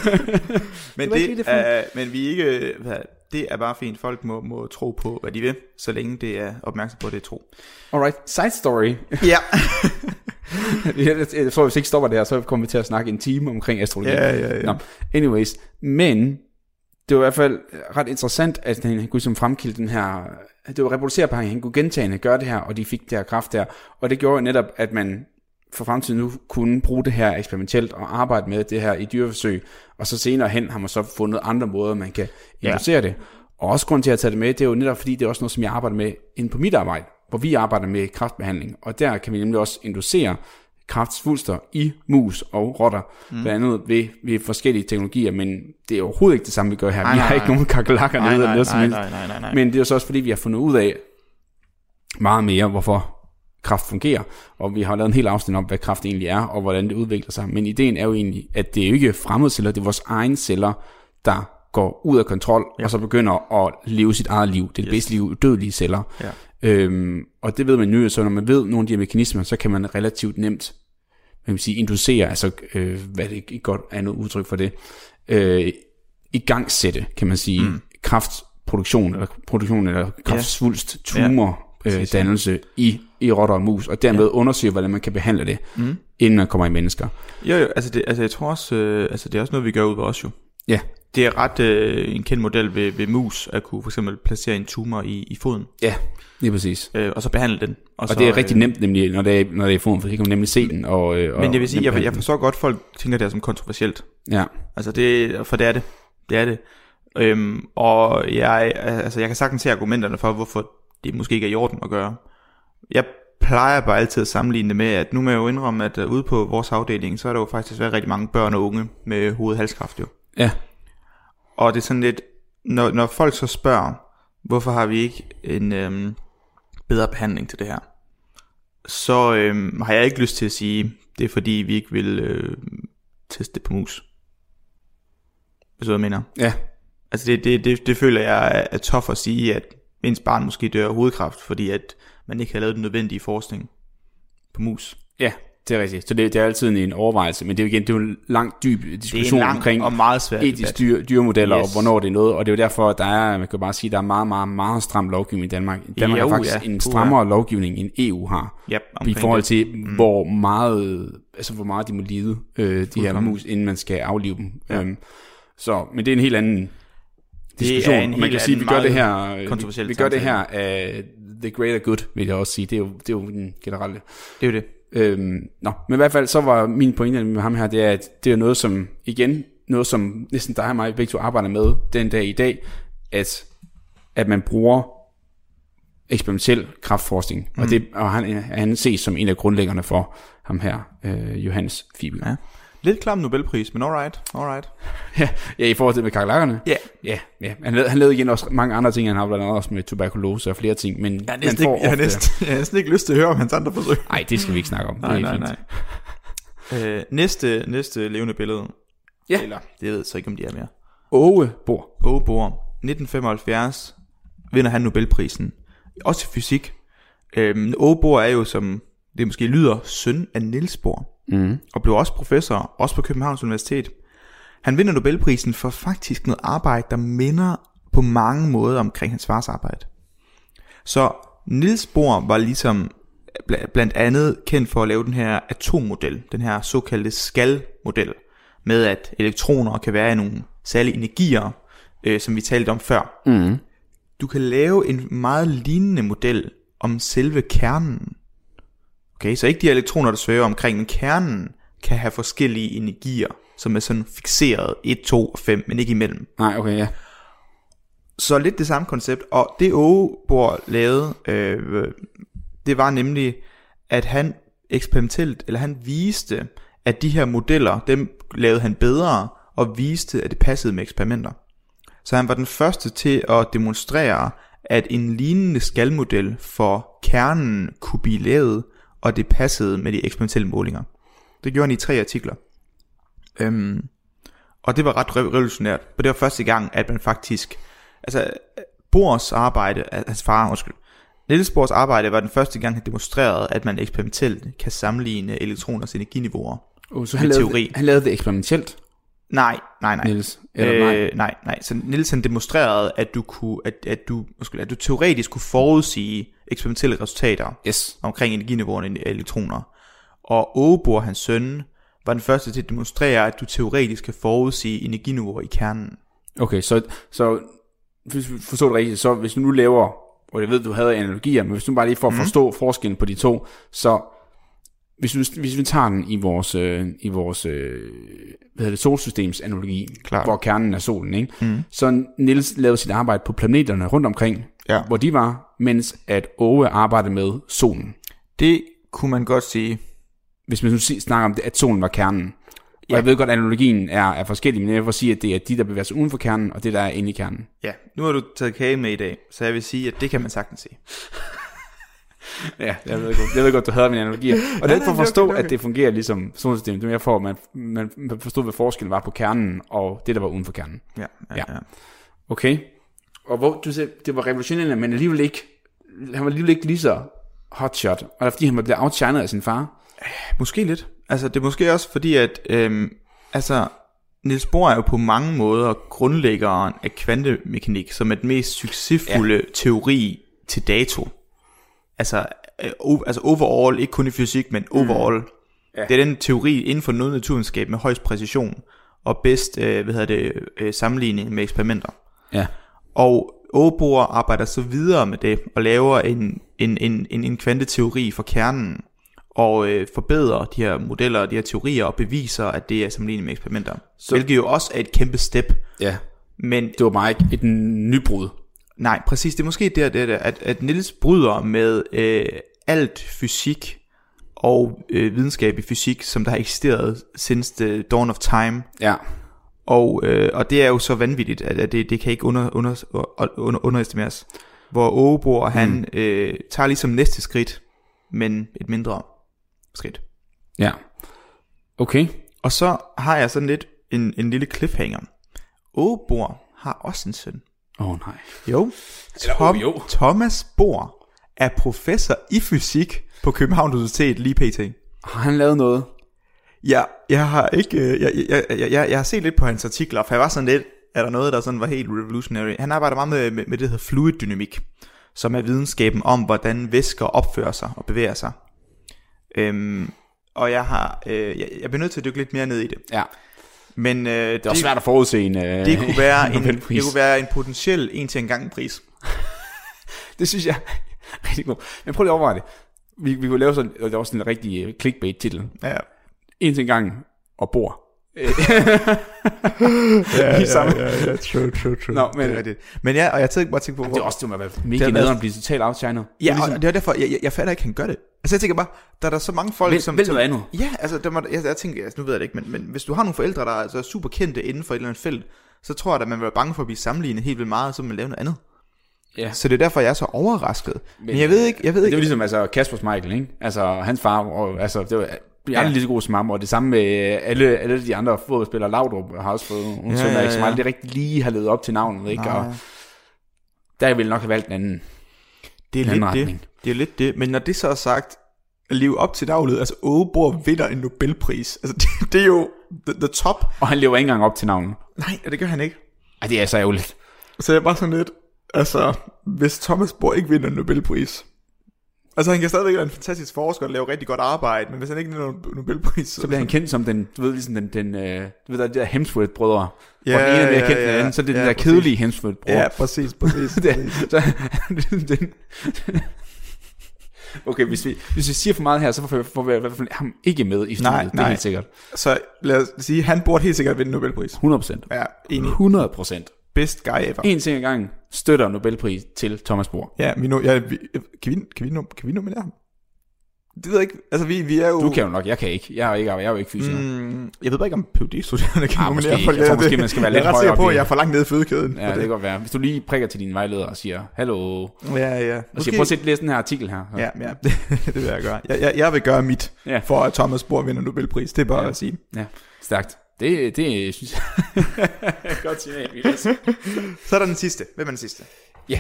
Men vi ikke, det er bare fint. Folk må tro på, hvad de vil, så længe det er opmærksom på, at det er tro. Alright, side story. Ja. Jeg tror, hvis ikke stopper det her, så kommer vi til at snakke en time omkring astrologi. Ja. No. Anyways, men det var i hvert fald ret interessant, at han kunne som fremkilde den her, det var reproducerbar, han kunne gentagende gøre det her, og de fik det her kraft der, og det gjorde netop, at man for fremtiden nu kunne bruge det her eksperimentelt og arbejde med det her i dyreforsøg, og så senere hen har man så fundet andre måder, man kan inducere det. Og også grund til at tage det med, det er jo netop fordi, det er også noget, som jeg arbejder med inde på mit arbejde, hvor vi arbejder med kræftbehandling, og der kan vi nemlig også inducere kræftsvulster i mus og rotter, blandt andet ved forskellige teknologier, men det er overhovedet ikke det samme, vi gør her. Vi har ikke nogen kakelakker nede eller noget som helst. Men det er så også fordi, vi har fundet ud af meget mere, hvorfor kræft fungerer, og vi har lavet en hel afsnit om, hvad kræft egentlig er, og hvordan det udvikler sig. Men ideen er jo egentlig, at det er jo ikke fremmede celler, det er vores egne celler, der går ud af kontrol, og så begynder at leve sit eget liv. Det er det bedste liv, udødelige celler. Ja. Og det ved man nu, så når man ved nogle af de her mekanismer, så kan man relativt nemt, man kan sige, inducere, altså, hvad det ikke godt er noget udtryk for det, igangsætte, kan man sige, kraftproduktion, eller kraftsvulst, tumor, dannelse i rotter og mus, og dermed undersøge, hvordan man kan behandle det, inden man kommer i mennesker. Jo, altså jeg tror også, det er også noget, vi gør ud ved os jo. Ja. Det er ret en kendt model ved mus, at kunne for eksempel placere en tumor i foden. Ja, lige præcis. Og så behandle den. Og så, det er rigtig nemt, nemlig, når det er i foden, for så kan man nemlig se den. Men jeg vil sige, jeg forstår godt, folk tænker det er som kontroversielt. Ja. Altså for det er det. Det er det. Og jeg kan sagtens se argumenterne for, hvorfor det måske ikke er i orden at gøre. Jeg plejer bare altid at sammenligne det med, at nu må jeg jo indrømme, at ude på vores afdeling, så er der jo faktisk været rigtig mange børn og unge med hoved-halskræft jo. Ja. Og det er sådan lidt, når folk så spørger, hvorfor har vi ikke en bedre behandling til det her, så har jeg ikke lyst til at sige, det er fordi vi ikke vil teste det på mus. Hvis du hvad jeg mener? Ja. Altså det føler jeg er tough at sige, at ens barn måske dør af hovedkræft, fordi at man ikke har lavet den nødvendige forskning på mus. Ja, det er rigtigt. Så det er altid en overvejelse, men det er jo en lang dyb diskussion omkring og meget svært etiske dyremodeller, og hvornår det er noget, og det er jo derfor, der er, man kan bare sige, der er meget, meget, meget stram lovgivning i Danmark. Danmark har faktisk en strammere lovgivning, end EU har, i forhold til, hvor meget de må lide, de her mus, inden man skal aflive dem. Ja. Men det er en helt anden diskussion. Man kan sige, vi gør det her af the greater good, vil jeg også sige. Det er jo den generelle. Det er jo det. Men i hvert fald så var min pointe med ham her, det er, at det er noget som næsten dig og mig begge to arbejder med den dag i dag, at man bruger eksperimentel kraftforskning, og han ses som en af grundlæggerne for ham her, Johannes Fiebel. Ja. Lidt klam Nobelpris, men alright. Ja, i forhold til med kakelakkerne. Ja. Han lavede igen også mange andre ting, han har blandt andet også med tuberkulose og flere ting, men jeg har næsten ikke lyst til at høre om hans andre forsøg. Nej, det skal vi ikke snakke om. Nej. Næste levende billede. Ja. Eller, det ved jeg så ikke, om de er mere. Aage Bohr. 1975 vinder han Nobelprisen. Også i fysik. Aage Bohr er jo, som det måske lyder, søn af Niels Bohr. Og blev også professor, også på Københavns Universitet. Han vinder Nobelprisen for faktisk noget arbejde, der minder på mange måder omkring hans fars arbejde. Så Niels Bohr var ligesom blandt andet kendt for at lave den her atommodel, den her såkaldte skal-model, med at elektroner kan være i nogle særlige energier, som vi talte om før. Du kan lave en meget lignende model om selve kernen. Okay, så ikke de elektroner, der svæver omkring, men kernen kan have forskellige energier, som er sådan fikseret 1, 2 og 5, men ikke imellem. Nej, okay, ja. Så lidt det samme koncept, og det Aage Bohr lavede, det var nemlig, at han han viste, at de her modeller, dem lavede han bedre, og viste, at det passede med eksperimenter. Så han var den første til at demonstrere, at en lignende skalmodel for kernen kunne blive lavet, og det passede med de eksperimentelle målinger. Det gjorde han i 3 artikler. Og det var ret revolutionært, for det var første gang, at man faktisk, altså Bohrs arbejde, Niels Bohrs arbejde var den første gang, han demonstrerede, at man eksperimentelt kan sammenligne elektroners energiniveauer. Så han lavede det eksperimentelt? Nej. Niels? Nej. Så Niels han demonstrerede, at du teoretisk kunne forudsige eksperimentelle resultater omkring energiniveauerne i elektroner. Og Aage Bohr, hans søn, var den første til at demonstrere, at du teoretisk kan forudsige energiniveauer i kernen. Okay, så hvis vi forstår det rigtigt, så hvis du nu laver, og jeg ved, du havde analogier, men hvis du bare lige får at forstå forskellen på de to, så hvis vi tager den i vores solsystems analogi, hvor kernen er solen, ikke? Så Niels lavede sit arbejde på planeterne rundt omkring, hvor de var, mens at Aage arbejdede med solen. Det kunne man godt sige. Hvis man nu snakker om det, at solen var kernen. Og jeg ved godt, at analogien er forskellig, men jeg vil sige, at det er de, der bevæger sig uden for kernen, og det, der er inde i kernen. Ja, nu har du taget kage med i dag, så jeg vil sige, at det kan man sagtens se. Ja, jeg ved godt, du havde mine analogier. Og det er for at forstå, at det fungerer ligesom solsystemet. Det er mere for, at man forstod, hvad forskellen var på kernen, og det, der var uden for kernen. Ja. Okay. Og hvor du sagde, det var revolutionerende, men han var alligevel ikke lige så hotshot. Og det er, fordi han var blevet outshined af sin far. Måske lidt. Altså, det er måske også fordi, at Niels Bohr er jo på mange måder grundlæggeren af kvantemekanik, som er den mest succesfulde teori til dato. Altså overall, ikke kun i fysik, men overall. Ja. Det er den teori inden for noget naturvidenskab med højst præcision og bedst sammenligning med eksperimenter. Ja. Og Bohr arbejder så videre med det og laver en kvanteteori for kernen og forbedrer de her modeller og de her teorier og beviser, at det er sammenlignet med eksperimenter. Hvilket jo også er et kæmpe step. Ja. Men det var bare ikke et nybrud. Nej, præcis. Det er måske det, at Niels bryder med alt fysik og videnskab i fysik, som der har eksisteret since the dawn of time. Ja. Og det er jo så vanvittigt, at det kan ikke underestimeres. Hvor Bohr, han tager ligesom næste skridt, men et mindre skridt. Ja. Okay. Og så har jeg sådan lidt en lille cliffhanger. Bohr har også en søn. Nej. Jo. Thomas Bohr er professor i fysik på Københavns Universitet lige pt. Har han lavet noget? Ja, jeg har set lidt på hans artikler, for jeg var sådan lidt, er der noget, der sådan var helt revolutionary. Han arbejder meget med det, der hedder fluiddynamik, som er videnskaben om, hvordan væsker opfører sig og bevæger sig. Og jeg bliver nødt til at dykke lidt mere ned i det. Ja. Men det er også svært at forudse en det kunne være en potentiel en til en gang pris. Det synes jeg rigtig godt. Men prøv lige at overveje det. Vi kunne lave sådan, og det er også en rigtig clickbait titel. Ja. En til en gang og bor. True. Nå, men ja, og jeg tænker på det er også det, at være mega nederen blive totalt outshined. Ja, og det er derfor jeg fatter ikke, han gør det. Altså jeg tænker bare, der er der så mange folk som noget andet. Ja, altså jeg tænker, nu ved jeg det ikke, men hvis du har nogle forældre, der er super kendte inden for et eller andet felt, så tror jeg at man vil være bange for at blive sammenlignet helt vildt meget, så man laver noget andet. Ja. Så det er derfor jeg er så overrasket. Men jeg ved ikke. Det er ligesom altså Kasper Schmeichel, ikke? Altså hans far, og altså det var lige så god som ham, og det samme med alle de andre fodboldspillere. Laudrup har også fået nogle sønner, ikke? Som aldrig rigtig lige har levet op til navnet, ikke? Og der vil nok have valgt en anden. Det er lidt det. Men når det så er sagt, at leve op til navnet, altså Bohr vinder en Nobelpris. Altså det er jo the top. Og han lever ikke engang op til navnet. Nej, det gør han ikke. Ej, det er så ærgerligt. Så jeg er bare sådan lidt, altså hvis Thomas Bohr ikke vinder en Nobelpris, altså han kan stadigvæk være en fantastisk forsker og lave rigtig godt arbejde, men hvis han ikke vinder en Nobelpris, så bliver han kendt som den, du ved ligesom den du ved der de der Hemsworth-brødre. Ja, hvor den ene er mere kendt end den anden, så det er den der kedelige Hemsworth-bror. Ja, præcis. Okay, hvis vi siger for meget her, så får vi i hvert fald ham ikke med i studiet, det er helt sikkert. Så lad os sige, han burde helt sikkert vinde Nobelpris. 100%. Ja, enig. 100%. Best guy ever. En ting ad gangen støtter Nobelpris til Thomas Bohr. Ja, kan vi nominere ham? Det ved jeg ikke. Altså vi er jo. Du kan jo nok, jeg kan ikke. Jeg er jo ikke fysiker. Jeg ved bare ikke om PhD-studerende kan nominere folk. Jeg tror måske man skal være lidt højere. Jeg er ret sikker på, at jeg er for langt nede i fødekæden. Ja, det kan godt være. Hvis du lige prikker til din vejleder og siger hallo. Ja. Og siger, prøv at læse den her artikel her. Ja, det vil jeg gøre. Jeg vil gøre mit for at Thomas Bohr vinder Nobelpris. Det er bare at sige. Ja, stærkt. Det synes jeg godt signal. Så er der den sidste. Hvem er den sidste? Ja.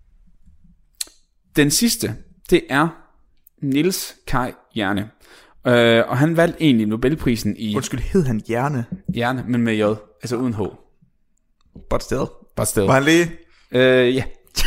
Den sidste, det er Niels Kaj Jerne. Og han valgte egentlig Nobelprisen i... Undskyld, hed han Jerne? Jerne, men med J, altså uden H. But still. Var han lige? Ja.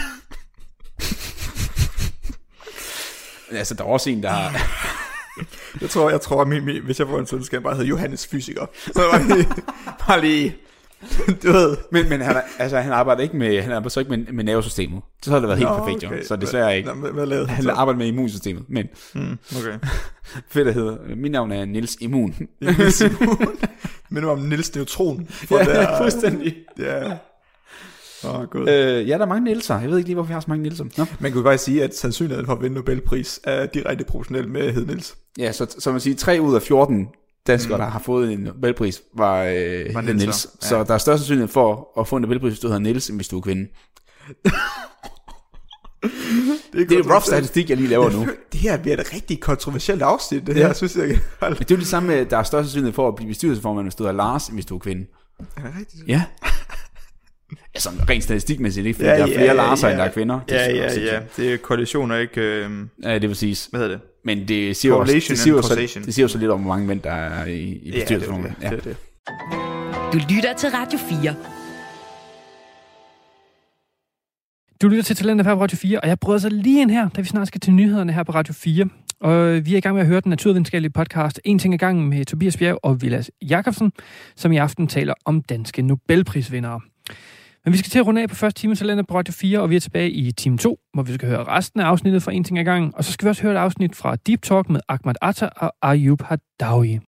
Altså, der er også en, der har... Jeg tror at hvis jeg får en søn, skal han bare hedde Johannes Fysiker. Så bare lige du ved. Men han arbejder ikke med, han arbejder så ikke med nervesystemet. Så har det været helt perfekt, okay. Jo. Så desværre ikke. Hvad lavede han arbejder med immunsystemet, men okay. Fedt at hedde. Mit navn er Niels Immun. Men nu om Niels Neutron. Ja, fuldstændig. Ja. God. Ja, der er mange Nielser. Jeg ved ikke lige, hvorfor vi har så mange Nielser. Nå. Man kunne faktisk sige, at sandsynligheden for at vinde Nobelpris er direkte proportionel med hed Niels. Ja, så man siger 3 ud af 14 danskere, der har fået en Nobelpris, var Niels. Ja. Så der er størst sandsynlighed for at få en Nobelpris, hvis du hedder Niels, end hvis du er kvinde. Det er rough statistik, jeg lige laver nu. Det her bliver et rigtig kontroversielt afsnit, det her, synes jeg. Men det er jo det samme med, der er størst sandsynlighed for at blive bestyrelsesformand, hvis du er Lars, end hvis du er kvinde. Er det rigtigt? Ja. Altså rent statistikmæssigt, ikke? Fordi der er flere Larser, end der er kvinder. Ja. Det er koalitioner, ikke? Ja, det er præcis. Hvad hedder det? Men det siger jo så lidt om, hvor mange mænd, der er i bestyrelsesformand. Ja, det. Du lytter til Radio 4. Du lytter til Talentlab her på Radio 4, og jeg bryder så lige ind her, da vi snart skal til nyhederne her på Radio 4. Og vi er i gang med at høre den naturvidenskabelige podcast En ting ad gangen med Tobias Bjerg og Vilas Jakobsen, som i aften taler om danske Nobelprisvindere. Men vi skal til at runde af på første time Talentlab på Radio 4, og vi er tilbage i time 2, hvor vi skal høre resten af afsnittet fra En ting ad gangen. Og så skal vi også høre et afsnit fra Deep Talk med Ahmad Atta og Ayub Hadaoui.